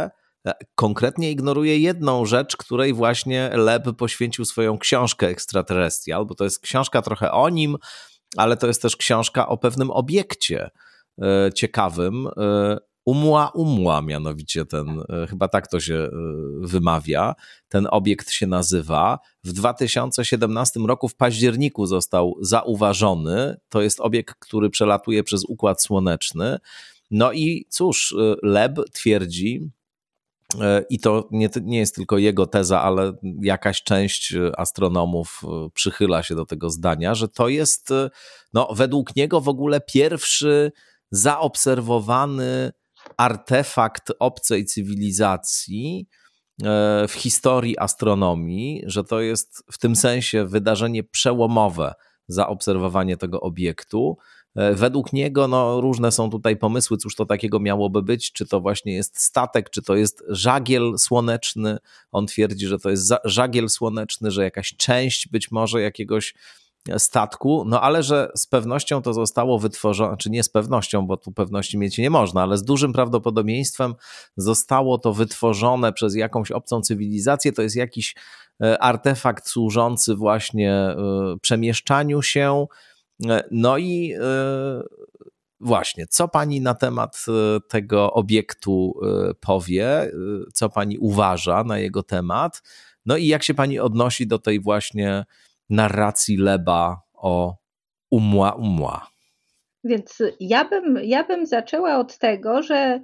konkretnie ignoruje jedną rzecz, której właśnie Leb poświęcił swoją książkę Extraterrestrial, bo to jest książka trochę o nim, ale to jest też książka o pewnym obiekcie ciekawym. Oumuamua mianowicie ten, chyba tak to się wymawia, ten obiekt się nazywa. W dwa tysiące siedemnastym roku w październiku został zauważony. To jest obiekt, który przelatuje przez Układ Słoneczny. No i cóż, Leb twierdzi, i to nie, nie jest tylko jego teza, ale jakaś część astronomów przychyla się do tego zdania, że to jest no, według niego w ogóle pierwszy zaobserwowany artefakt obcej cywilizacji w historii astronomii, że to jest w tym sensie wydarzenie przełomowe, zaobserwowanie tego obiektu. Według niego no, różne są tutaj pomysły, cóż to takiego miałoby być, czy to właśnie jest statek, czy to jest żagiel słoneczny. On twierdzi, że to jest żagiel słoneczny, że jakaś część być może jakiegoś statku, no ale że z pewnością to zostało wytworzone, czy nie z pewnością, bo tu pewności mieć nie można, ale z dużym prawdopodobieństwem zostało to wytworzone przez jakąś obcą cywilizację. To jest jakiś artefakt służący właśnie przemieszczaniu się. No i właśnie, co pani na temat tego obiektu powie, co pani uważa na jego temat, no i jak się pani odnosi do tej właśnie narracji Leba o Oumuamua? Więc ja bym, ja bym zaczęła od tego, że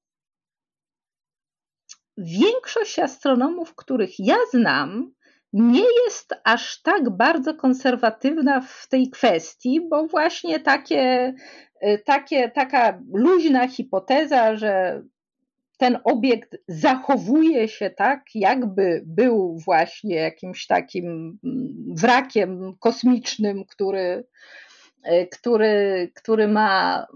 większość astronomów, których ja znam, nie jest aż tak bardzo konserwatywna w tej kwestii, bo właśnie takie, takie, taka luźna hipoteza, że ten obiekt zachowuje się tak, jakby był właśnie jakimś takim wrakiem kosmicznym, który, który, który ma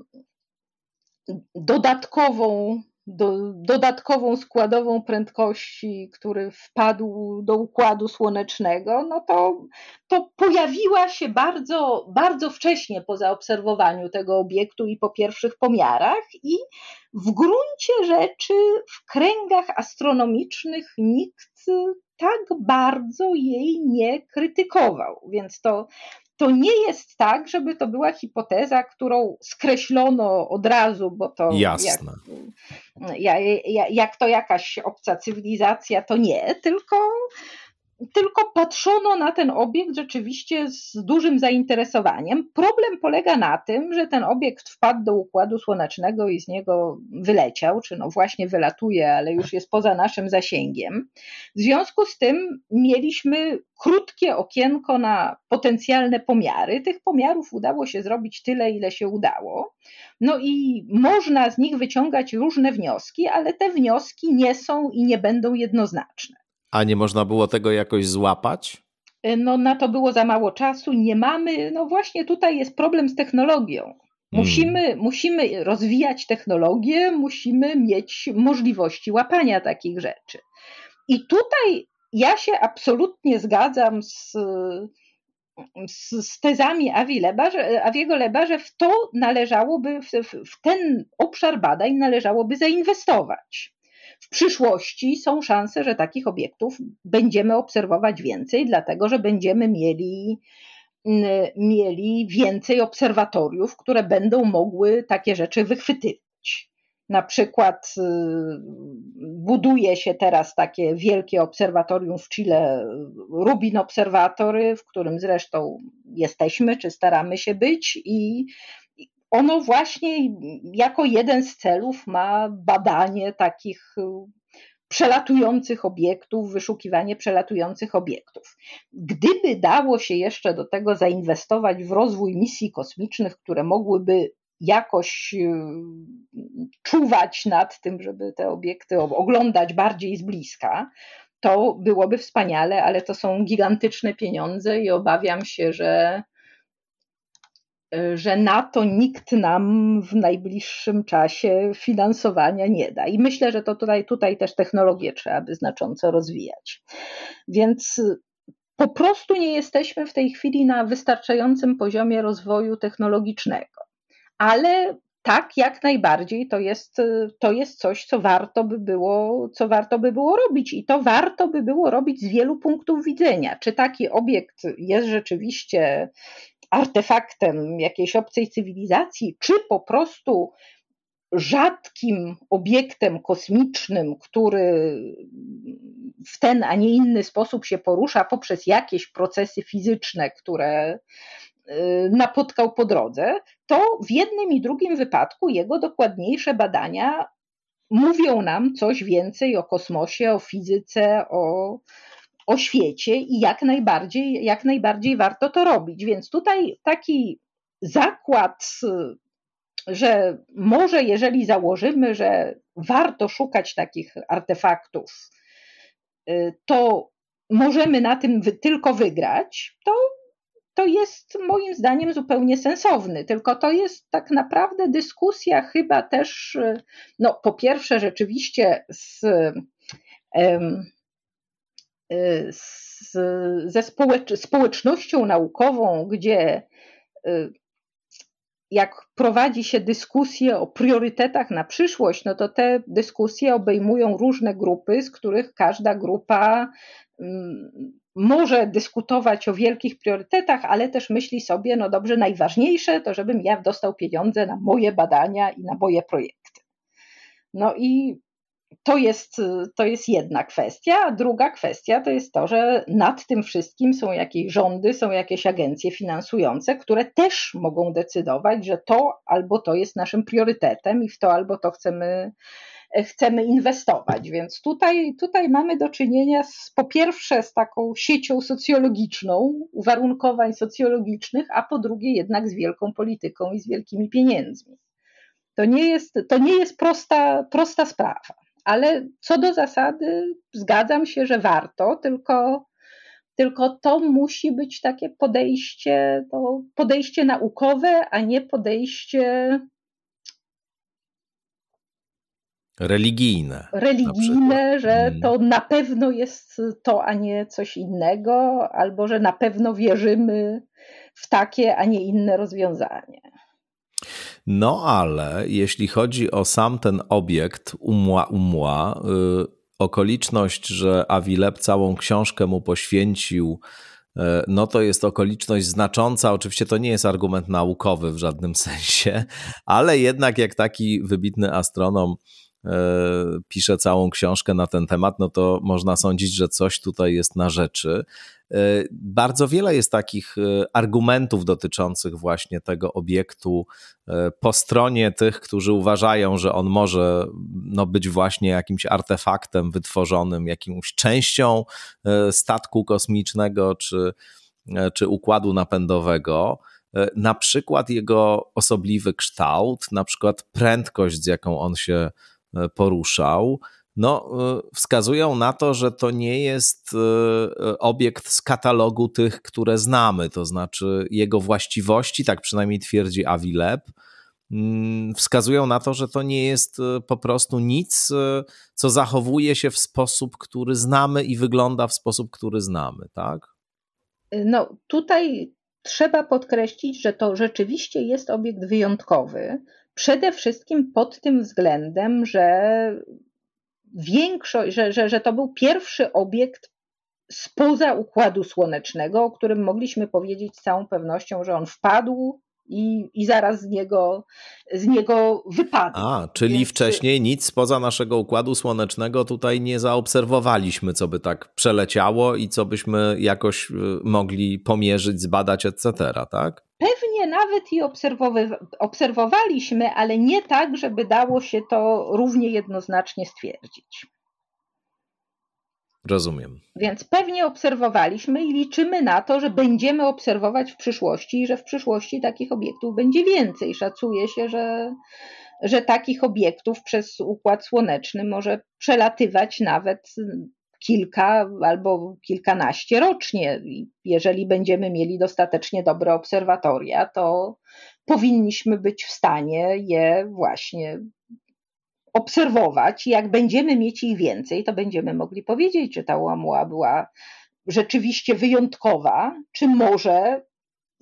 dodatkową Do, dodatkową składową prędkości, który wpadł do Układu Słonecznego, no to, to pojawiła się bardzo, bardzo wcześnie po zaobserwowaniu tego obiektu i po pierwszych pomiarach i w gruncie rzeczy w kręgach astronomicznych nikt tak bardzo jej nie krytykował, więc to To nie jest tak, żeby to była hipoteza, którą skreślono od razu, bo to Jasne. Jak, jak, jak to jakaś obca cywilizacja, to nie, tylko, tylko patrzono na ten obiekt rzeczywiście z dużym zainteresowaniem. Problem polega na tym, że ten obiekt wpadł do Układu Słonecznego i z niego wyleciał, czy no właśnie wylatuje, ale już jest poza naszym zasięgiem. W związku z tym mieliśmy krótkie okienko na potencjalne pomiary. Tych pomiarów udało się zrobić tyle, ile się udało. No i można z nich wyciągać różne wnioski, ale te wnioski nie są i nie będą jednoznaczne. A nie można było tego jakoś złapać? No na to było za mało czasu, nie mamy, no właśnie tutaj jest problem z technologią. Musimy, hmm. musimy rozwijać technologię, musimy mieć możliwości łapania takich rzeczy. I tutaj ja się absolutnie zgadzam z, z, z tezami Avi Leba, że, Aviego Leba, że w to należałoby, w, w ten obszar badań należałoby zainwestować. W przyszłości są szanse, że takich obiektów będziemy obserwować więcej, dlatego że będziemy mieli, mieli więcej obserwatoriów, które będą mogły takie rzeczy wychwytywać. Na przykład buduje się teraz takie wielkie obserwatorium w Chile, Rubin Observatory, w którym zresztą jesteśmy, czy staramy się być, i ono właśnie jako jeden z celów ma badanie takich przelatujących obiektów, wyszukiwanie przelatujących obiektów. Gdyby dało się jeszcze do tego zainwestować w rozwój misji kosmicznych, które mogłyby jakoś czuwać nad tym, żeby te obiekty oglądać bardziej z bliska, to byłoby wspaniale, ale to są gigantyczne pieniądze i obawiam się, że że na to nikt nam w najbliższym czasie finansowania nie da. I myślę, że to tutaj, tutaj też technologię trzeba by znacząco rozwijać. Więc po prostu nie jesteśmy w tej chwili na wystarczającym poziomie rozwoju technologicznego. Ale tak, jak najbardziej to jest, to jest coś, co warto by było, co warto by było robić i to warto by było robić z wielu punktów widzenia. Czy taki obiekt jest rzeczywiście artefaktem jakiejś obcej cywilizacji, czy po prostu rzadkim obiektem kosmicznym, który w ten, a nie inny sposób się porusza poprzez jakieś procesy fizyczne, które napotkał po drodze, to w jednym i drugim wypadku jego dokładniejsze badania mówią nam coś więcej o kosmosie, o fizyce, o, o świecie i jak najbardziej, jak najbardziej warto to robić. Więc tutaj taki zakład, że może jeżeli założymy, że warto szukać takich artefaktów, to możemy na tym tylko wygrać, to to jest moim zdaniem zupełnie sensowny, tylko to jest tak naprawdę dyskusja chyba też, no po pierwsze rzeczywiście z, z, ze społecz, społecznością naukową, gdzie jak prowadzi się dyskusje o priorytetach na przyszłość, no to te dyskusje obejmują różne grupy, z których każda grupa może dyskutować o wielkich priorytetach, ale też myśli sobie, no dobrze, najważniejsze to, żebym ja dostał pieniądze na moje badania i na moje projekty. No i to jest, to jest jedna kwestia, a druga kwestia to jest to, że nad tym wszystkim są jakieś rządy, są jakieś agencje finansujące, które też mogą decydować, że to albo to jest naszym priorytetem i w to albo to chcemy chcemy inwestować, więc tutaj, tutaj mamy do czynienia z, po pierwsze z taką siecią socjologiczną, uwarunkowań socjologicznych, a po drugie jednak z wielką polityką i z wielkimi pieniędzmi. To nie jest, to nie jest prosta, prosta sprawa, ale co do zasady zgadzam się, że warto, tylko, tylko to musi być takie podejście, to podejście naukowe, a nie podejście religijne. Religijne, że hmm. to na pewno jest to, a nie coś innego, albo że na pewno wierzymy w takie, a nie inne rozwiązanie. No ale jeśli chodzi o sam ten obiekt Oumuamua, yy, okoliczność, że Avi Loeb całą książkę mu poświęcił, yy, no to jest okoliczność znacząca. Oczywiście to nie jest argument naukowy w żadnym sensie, ale jednak jak taki wybitny astronom pisze całą książkę na ten temat, no to można sądzić, że coś tutaj jest na rzeczy. Bardzo wiele jest takich argumentów dotyczących właśnie tego obiektu po stronie tych, którzy uważają, że on może no, być właśnie jakimś artefaktem wytworzonym, jakąś częścią statku kosmicznego czy, czy układu napędowego. Na przykład jego osobliwy kształt, na przykład prędkość, z jaką on się poruszał, no, wskazują na to, że to nie jest obiekt z katalogu tych, które znamy, to znaczy jego właściwości, tak przynajmniej twierdzi Avi Loeb, wskazują na to, że to nie jest po prostu nic, co zachowuje się w sposób, który znamy i wygląda w sposób, który znamy, tak? No tutaj trzeba podkreślić, że to rzeczywiście jest obiekt wyjątkowy, przede wszystkim pod tym względem, że większość, że, że, że to był pierwszy obiekt spoza Układu Słonecznego, o którym mogliśmy powiedzieć z całą pewnością, że on wpadł i, i zaraz z niego, z niego wypadł. A, czyli Więc... wcześniej nic spoza naszego Układu Słonecznego tutaj nie zaobserwowaliśmy, co by tak przeleciało i co byśmy jakoś mogli pomierzyć, zbadać, et cetera, tak? Pewnie nawet i obserwowaliśmy, ale nie tak, żeby dało się to równie jednoznacznie stwierdzić. Rozumiem. Więc pewnie obserwowaliśmy i liczymy na to, że będziemy obserwować w przyszłości i że w przyszłości takich obiektów będzie więcej. Szacuje się, że, że takich obiektów przez Układ Słoneczny może przelatywać nawet kilka albo kilkanaście rocznie. Jeżeli będziemy mieli dostatecznie dobre obserwatoria, to powinniśmy być w stanie je właśnie obserwować. Jak będziemy mieć ich więcej, to będziemy mogli powiedzieć, czy ta Oumuamua była rzeczywiście wyjątkowa, czy może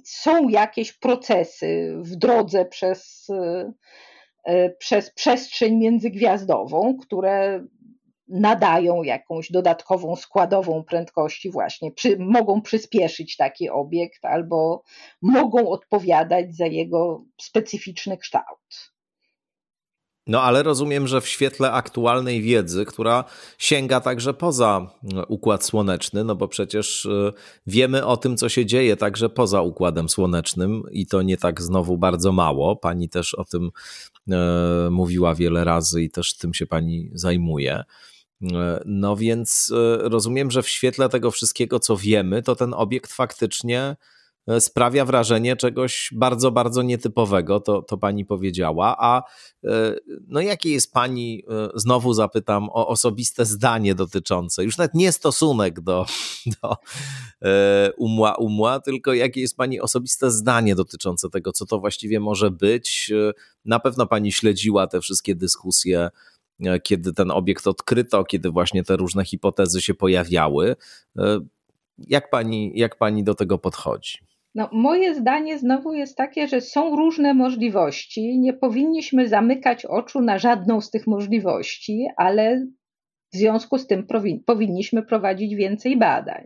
są jakieś procesy w drodze przez, przez przestrzeń międzygwiazdową, które nadają jakąś dodatkową składową prędkości właśnie, przy, mogą przyspieszyć taki obiekt albo mogą odpowiadać za jego specyficzny kształt. No ale rozumiem, że w świetle aktualnej wiedzy, która sięga także poza Układ Słoneczny, no bo przecież wiemy o tym, co się dzieje także poza Układem Słonecznym i to nie tak znowu bardzo mało. Pani też o tym e, mówiła wiele razy i też tym się pani zajmuje. No więc rozumiem, że w świetle tego wszystkiego, co wiemy, to ten obiekt faktycznie sprawia wrażenie czegoś bardzo, bardzo nietypowego, to, to pani powiedziała. A no jakie jest pani, znowu zapytam, o osobiste zdanie dotyczące, już nawet nie stosunek do, do umła, umła, tylko jakie jest pani osobiste zdanie dotyczące tego, co to właściwie może być? Na pewno pani śledziła te wszystkie dyskusje, kiedy ten obiekt odkryto, kiedy właśnie te różne hipotezy się pojawiały. Jak pani, jak pani do tego podchodzi? No, moje zdanie znowu jest takie, że są różne możliwości. Nie powinniśmy zamykać oczu na żadną z tych możliwości, ale w związku z tym powinniśmy prowadzić więcej badań.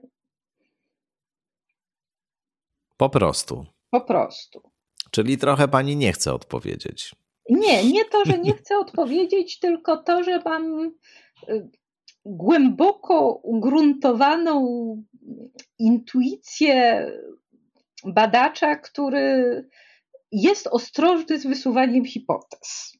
Po prostu. Po prostu. Czyli trochę pani nie chce odpowiedzieć. Nie, nie to, że nie chcę odpowiedzieć, tylko to, że mam głęboko ugruntowaną intuicję badacza, który jest ostrożny z wysuwaniem hipotez.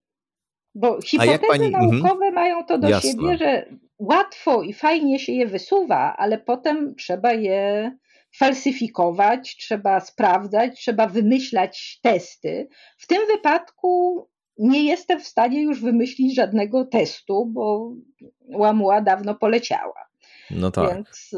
Bo hipotezy pani... naukowe mhm. mają to do Jasne. siebie, że łatwo i fajnie się je wysuwa, ale potem trzeba je falsyfikować, trzeba sprawdzać, trzeba wymyślać testy. W tym wypadku nie jestem w stanie już wymyślić żadnego testu, bo Oumuamua dawno poleciała. No tak. Więc,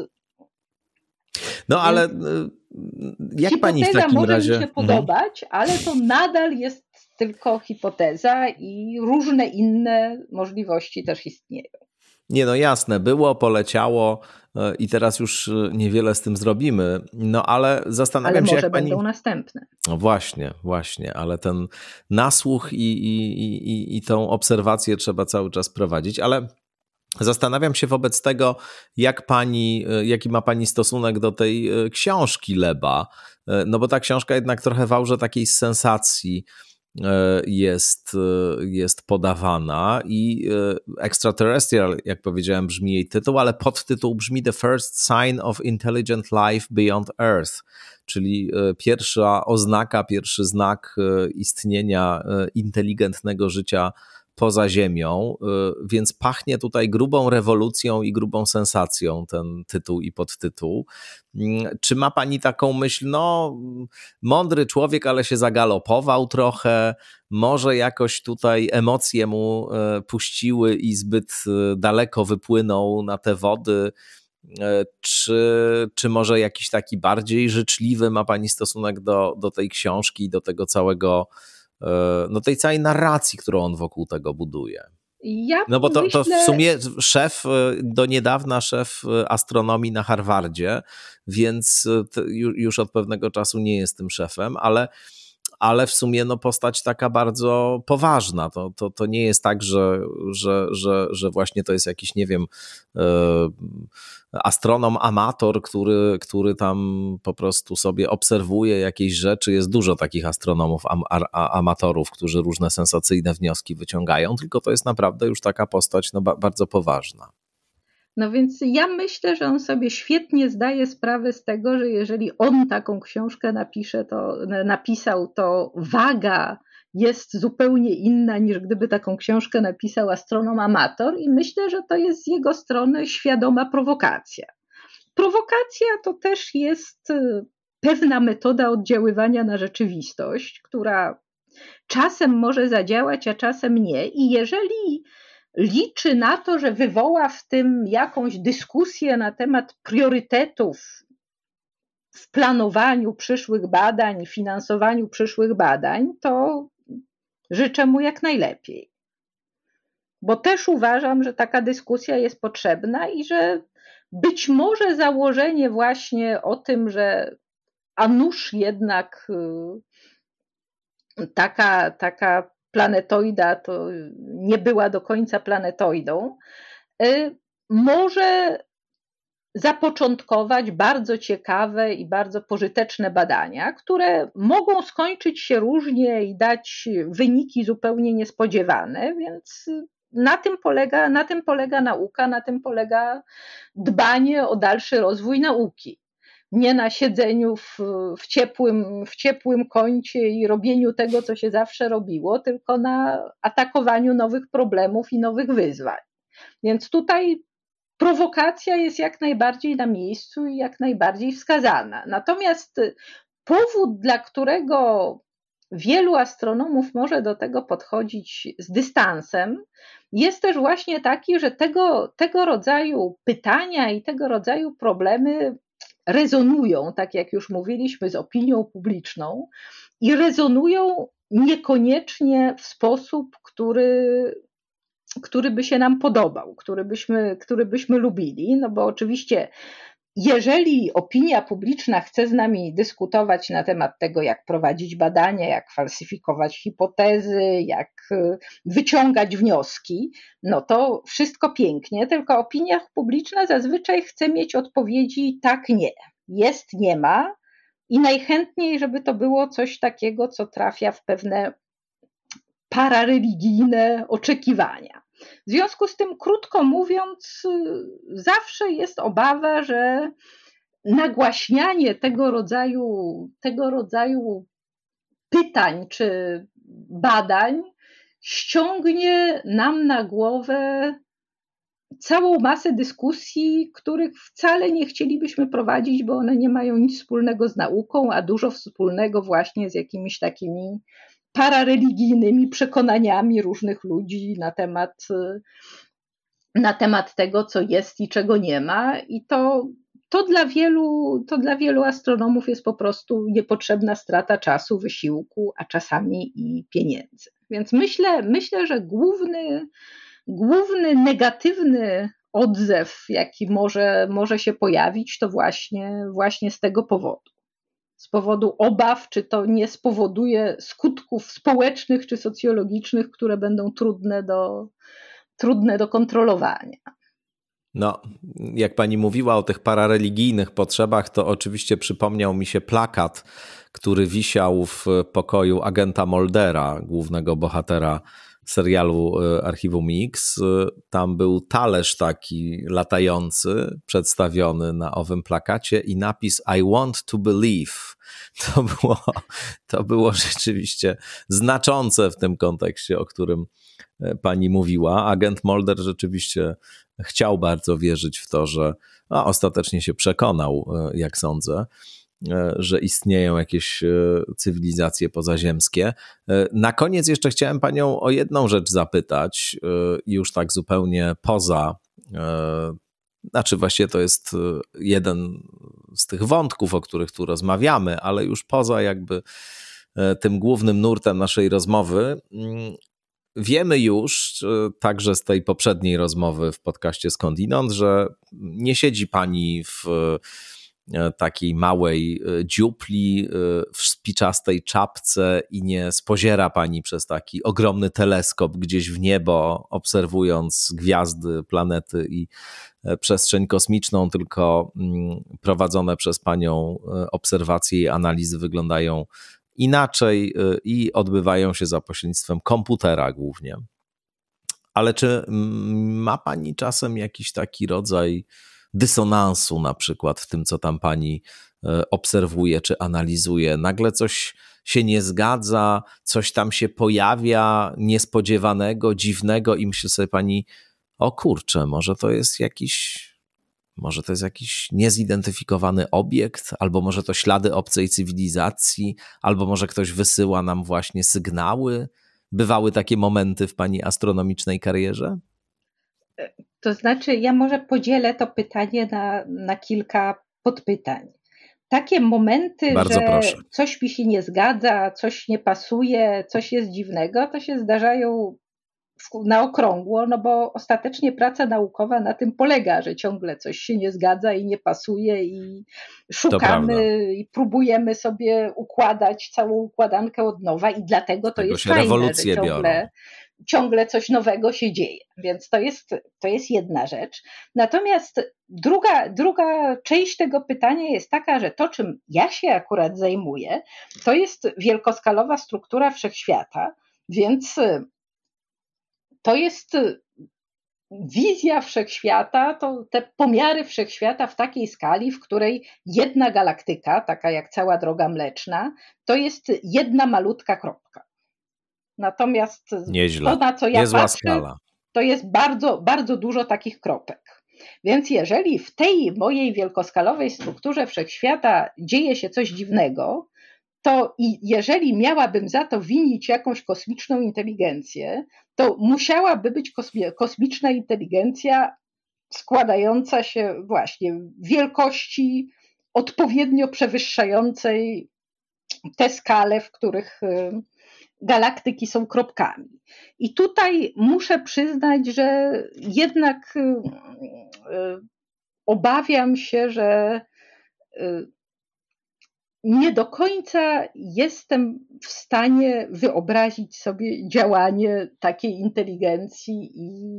no ale jak pani w takim może razie... mi się podobać, mhm. ale to nadal jest tylko hipoteza i różne inne możliwości też istnieją. Nie, no jasne, było, poleciało i teraz już niewiele z tym zrobimy, no ale zastanawiam ale się, może jak pani... będą następne. No właśnie, właśnie, ale ten nasłuch i, i, i, i tą obserwację trzeba cały czas prowadzić, ale zastanawiam się wobec tego, jak pani, jaki ma pani stosunek do tej książki Leba, no bo ta książka jednak trochę wałże takiej sensacji jest, jest podawana i Extraterrestrial, jak powiedziałem, brzmi jej tytuł, ale podtytuł brzmi The First Sign of Intelligent Life Beyond Earth, czyli pierwsza oznaka, pierwszy znak istnienia inteligentnego życia poza Ziemią, więc pachnie tutaj grubą rewolucją i grubą sensacją ten tytuł i podtytuł. Czy ma pani taką myśl, no mądry człowiek, ale się zagalopował trochę, może jakoś tutaj emocje mu puściły i zbyt daleko wypłynął na te wody, czy, czy może jakiś taki bardziej życzliwy ma pani stosunek do, do tej książki i do tego całego, no tej całej narracji, którą on wokół tego buduje? Ja no bo to, myślę... to w sumie szef, do niedawna szef astronomii na Harvardzie, więc już od pewnego czasu nie jest tym szefem, ale, ale w sumie no postać taka bardzo poważna. To, to, to nie jest tak, że, że, że, że właśnie to jest jakiś, nie wiem, astronom amator, który, który tam po prostu sobie obserwuje jakieś rzeczy. Jest dużo takich astronomów am, a, amatorów, którzy różne sensacyjne wnioski wyciągają, tylko to jest naprawdę już taka postać no, ba, bardzo poważna. No więc ja myślę, że on sobie świetnie zdaje sprawę z tego, że jeżeli on taką książkę napisze, to, napisał, to waga jest zupełnie inna niż gdyby taką książkę napisał astronom amator i myślę, że to jest z jego strony świadoma prowokacja. Prowokacja to też jest pewna metoda oddziaływania na rzeczywistość, która czasem może zadziałać, a czasem nie i jeżeli liczy na to, że wywoła w tym jakąś dyskusję na temat priorytetów w planowaniu przyszłych badań, finansowaniu przyszłych badań, to życzę mu jak najlepiej. Bo też uważam, że taka dyskusja jest potrzebna i że być może założenie właśnie o tym, że a nuż jednak taka, taka planetoida to nie była do końca planetoidą, może zapoczątkować bardzo ciekawe i bardzo pożyteczne badania, które mogą skończyć się różnie i dać wyniki zupełnie niespodziewane, więc na tym polega, na tym polega nauka, na tym polega dbanie o dalszy rozwój nauki. Nie na siedzeniu w, w, ciepłym, w ciepłym kącie i robieniu tego, co się zawsze robiło, tylko na atakowaniu nowych problemów i nowych wyzwań. Więc tutaj prowokacja jest jak najbardziej na miejscu i jak najbardziej wskazana. Natomiast powód, dla którego wielu astronomów może do tego podchodzić z dystansem, jest też właśnie taki, że tego, tego rodzaju pytania i tego rodzaju problemy rezonują, tak jak już mówiliśmy, z opinią publiczną i rezonują niekoniecznie w sposób, który który by się nam podobał, który byśmy, który byśmy lubili, no bo oczywiście jeżeli opinia publiczna chce z nami dyskutować na temat tego, jak prowadzić badania, jak falsyfikować hipotezy, jak wyciągać wnioski, no to wszystko pięknie, tylko opinia publiczna zazwyczaj chce mieć odpowiedzi tak, nie, jest, nie ma i najchętniej, żeby to było coś takiego, co trafia w pewne parareligijne oczekiwania. W związku z tym, krótko mówiąc, zawsze jest obawa, że nagłaśnianie tego rodzaju, tego rodzaju pytań czy badań ściągnie nam na głowę całą masę dyskusji, których wcale nie chcielibyśmy prowadzić, bo one nie mają nic wspólnego z nauką, a dużo wspólnego właśnie z jakimiś takimi parareligijnymi przekonaniami różnych ludzi na temat, na temat tego, co jest i czego nie ma. I to, to, dla wielu, to dla wielu astronomów jest po prostu niepotrzebna strata czasu, wysiłku, a czasami i pieniędzy. Więc myślę, myślę że główny, główny negatywny odzew, jaki może, może się pojawić, to właśnie, właśnie z tego powodu. Z powodu obaw, czy to nie spowoduje skutków społecznych czy socjologicznych, które będą trudne do, trudne do kontrolowania. No, jak pani mówiła o tych parareligijnych potrzebach, to oczywiście przypomniał mi się plakat, który wisiał w pokoju agenta Moldera, głównego bohatera serialu Archiwum X. Tam był talerz taki latający, przedstawiony na owym plakacie i napis I want to believe. To było, to było rzeczywiście znaczące w tym kontekście, o którym pani mówiła. Agent Mulder rzeczywiście chciał bardzo wierzyć w to, że a ostatecznie się przekonał, jak sądzę, że istnieją jakieś cywilizacje pozaziemskie. Na koniec jeszcze chciałem panią o jedną rzecz zapytać, już tak zupełnie poza, znaczy właściwie to jest jeden z tych wątków, o których tu rozmawiamy, ale już poza jakby tym głównym nurtem naszej rozmowy. Wiemy już, także z tej poprzedniej rozmowy w podcaście Skądinąd, że nie siedzi pani w takiej małej dziupli, w spiczastej czapce i nie spoziera pani przez taki ogromny teleskop gdzieś w niebo, obserwując gwiazdy, planety i przestrzeń kosmiczną, tylko prowadzone przez panią obserwacje i analizy wyglądają inaczej i odbywają się za pośrednictwem komputera głównie. Ale czy ma pani czasem jakiś taki rodzaj dysonansu na przykład w tym, co tam pani obserwuje czy analizuje? Nagle coś się nie zgadza, coś tam się pojawia niespodziewanego, dziwnego i myśli sobie pani, o kurczę, może to jest jakiś, może to jest jakiś niezidentyfikowany obiekt, albo może to ślady obcej cywilizacji, albo może ktoś wysyła nam właśnie sygnały. Bywały takie momenty w pani astronomicznej karierze? To znaczy, ja może podzielę to pytanie na, na kilka podpytań. Takie momenty, Bardzo że proszę. coś mi się nie zgadza, coś nie pasuje, coś jest dziwnego, to się zdarzają na okrągło, no bo ostatecznie praca naukowa na tym polega, że ciągle coś się nie zgadza i nie pasuje i szukamy i próbujemy sobie układać całą układankę od nowa i dlatego to jest fajne, że ciągle, ciągle coś nowego się dzieje. Więc to jest, to jest jedna rzecz. Natomiast druga, druga część tego pytania jest taka, że to, czym ja się akurat zajmuję, to jest wielkoskalowa struktura wszechświata, więc to jest wizja wszechświata, to te pomiary wszechświata w takiej skali, w której jedna galaktyka, taka jak cała Droga Mleczna, to jest jedna malutka kropka. Natomiast Nieźle. to, na co ja Niezła patrzę, skala. to jest bardzo, bardzo dużo takich kropek. Więc jeżeli w tej mojej wielkoskalowej strukturze wszechświata dzieje się coś dziwnego, to i jeżeli miałabym za to winić jakąś kosmiczną inteligencję, to musiałaby być kosmiczna inteligencja składająca się właśnie wielkości odpowiednio przewyższającej te skale, w których galaktyki są kropkami. I tutaj muszę przyznać, że jednak obawiam się, że nie do końca jestem w stanie wyobrazić sobie działanie takiej inteligencji i,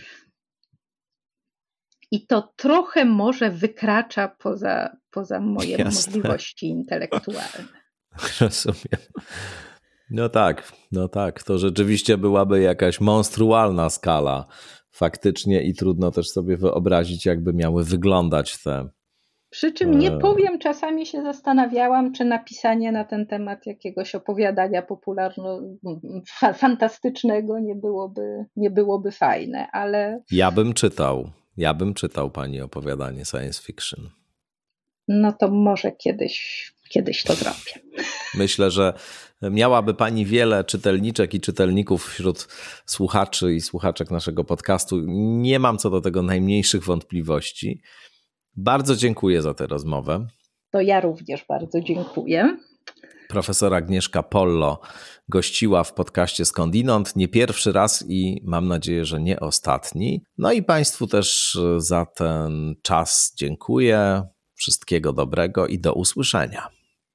i to trochę może wykracza poza, poza moje Jasne. możliwości intelektualne. Rozumiem. No tak, no tak, to rzeczywiście byłaby jakaś monstrualna skala faktycznie i trudno też sobie wyobrazić, jakby miały wyglądać te. Przy czym nie powiem, czasami się zastanawiałam, czy napisanie na ten temat jakiegoś opowiadania popularno-fantastycznego nie byłoby, nie byłoby fajne, ale... Ja bym czytał, ja bym czytał pani opowiadanie science fiction. No to może kiedyś, kiedyś to zrobię. Myślę, że miałaby pani wiele czytelniczek i czytelników wśród słuchaczy i słuchaczek naszego podcastu. Nie mam co do tego najmniejszych wątpliwości. Bardzo dziękuję za tę rozmowę. To ja również bardzo dziękuję. Profesor Agnieszka Pollo gościła w podcaście Skądinąd nie pierwszy raz i mam nadzieję, że nie ostatni. No i państwu też za ten czas dziękuję. Wszystkiego dobrego i do usłyszenia.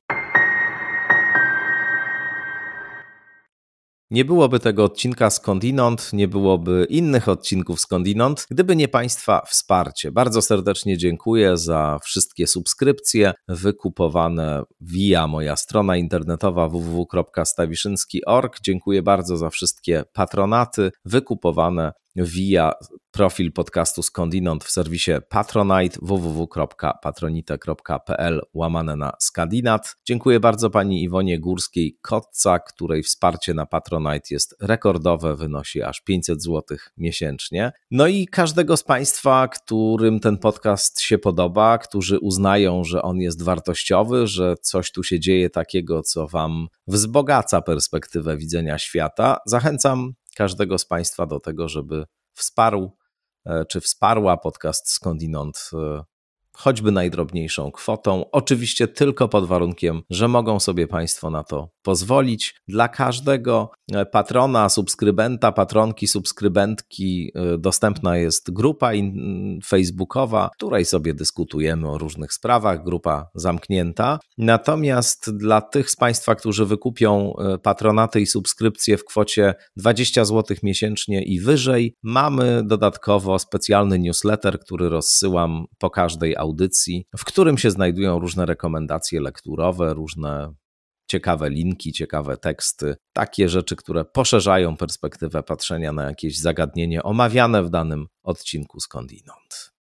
Nie byłoby tego odcinka Skądinąd, nie byłoby innych odcinków Skądinąd, gdyby nie Państwa wsparcie. Bardzo serdecznie dziękuję za wszystkie subskrypcje wykupowane via moja strona internetowa w w w kropka stawiszynski kropka org. Dziękuję bardzo za wszystkie patronaty wykupowane via profil podcastu Skądinąd w serwisie Patronite w w w kropka patronite kropka p l łamane na Skandinat. Dziękuję bardzo pani Iwonie Górskiej-Kotca, której wsparcie na Patronite jest rekordowe, wynosi aż pięćset złotych miesięcznie. No i każdego z państwa, którym ten podcast się podoba, którzy uznają, że on jest wartościowy, że coś tu się dzieje takiego, co wam wzbogaca perspektywę widzenia świata, zachęcam każdego z państwa do tego, żeby wsparł czy wsparła podcast Skądinąd choćby najdrobniejszą kwotą. Oczywiście tylko pod warunkiem, że mogą sobie państwo na to pozwolić. Dla każdego patrona, subskrybenta, patronki, subskrybentki dostępna jest grupa facebookowa, w której sobie dyskutujemy o różnych sprawach, grupa zamknięta. Natomiast dla tych z państwa, którzy wykupią patronaty i subskrypcje w kwocie dwadzieścia złotych miesięcznie i wyżej, mamy dodatkowo specjalny newsletter, który rozsyłam po każdej audycji, w którym się znajdują różne rekomendacje lekturowe, różne ciekawe linki, ciekawe teksty, takie rzeczy, które poszerzają perspektywę patrzenia na jakieś zagadnienie omawiane w danym odcinku Skądinąd.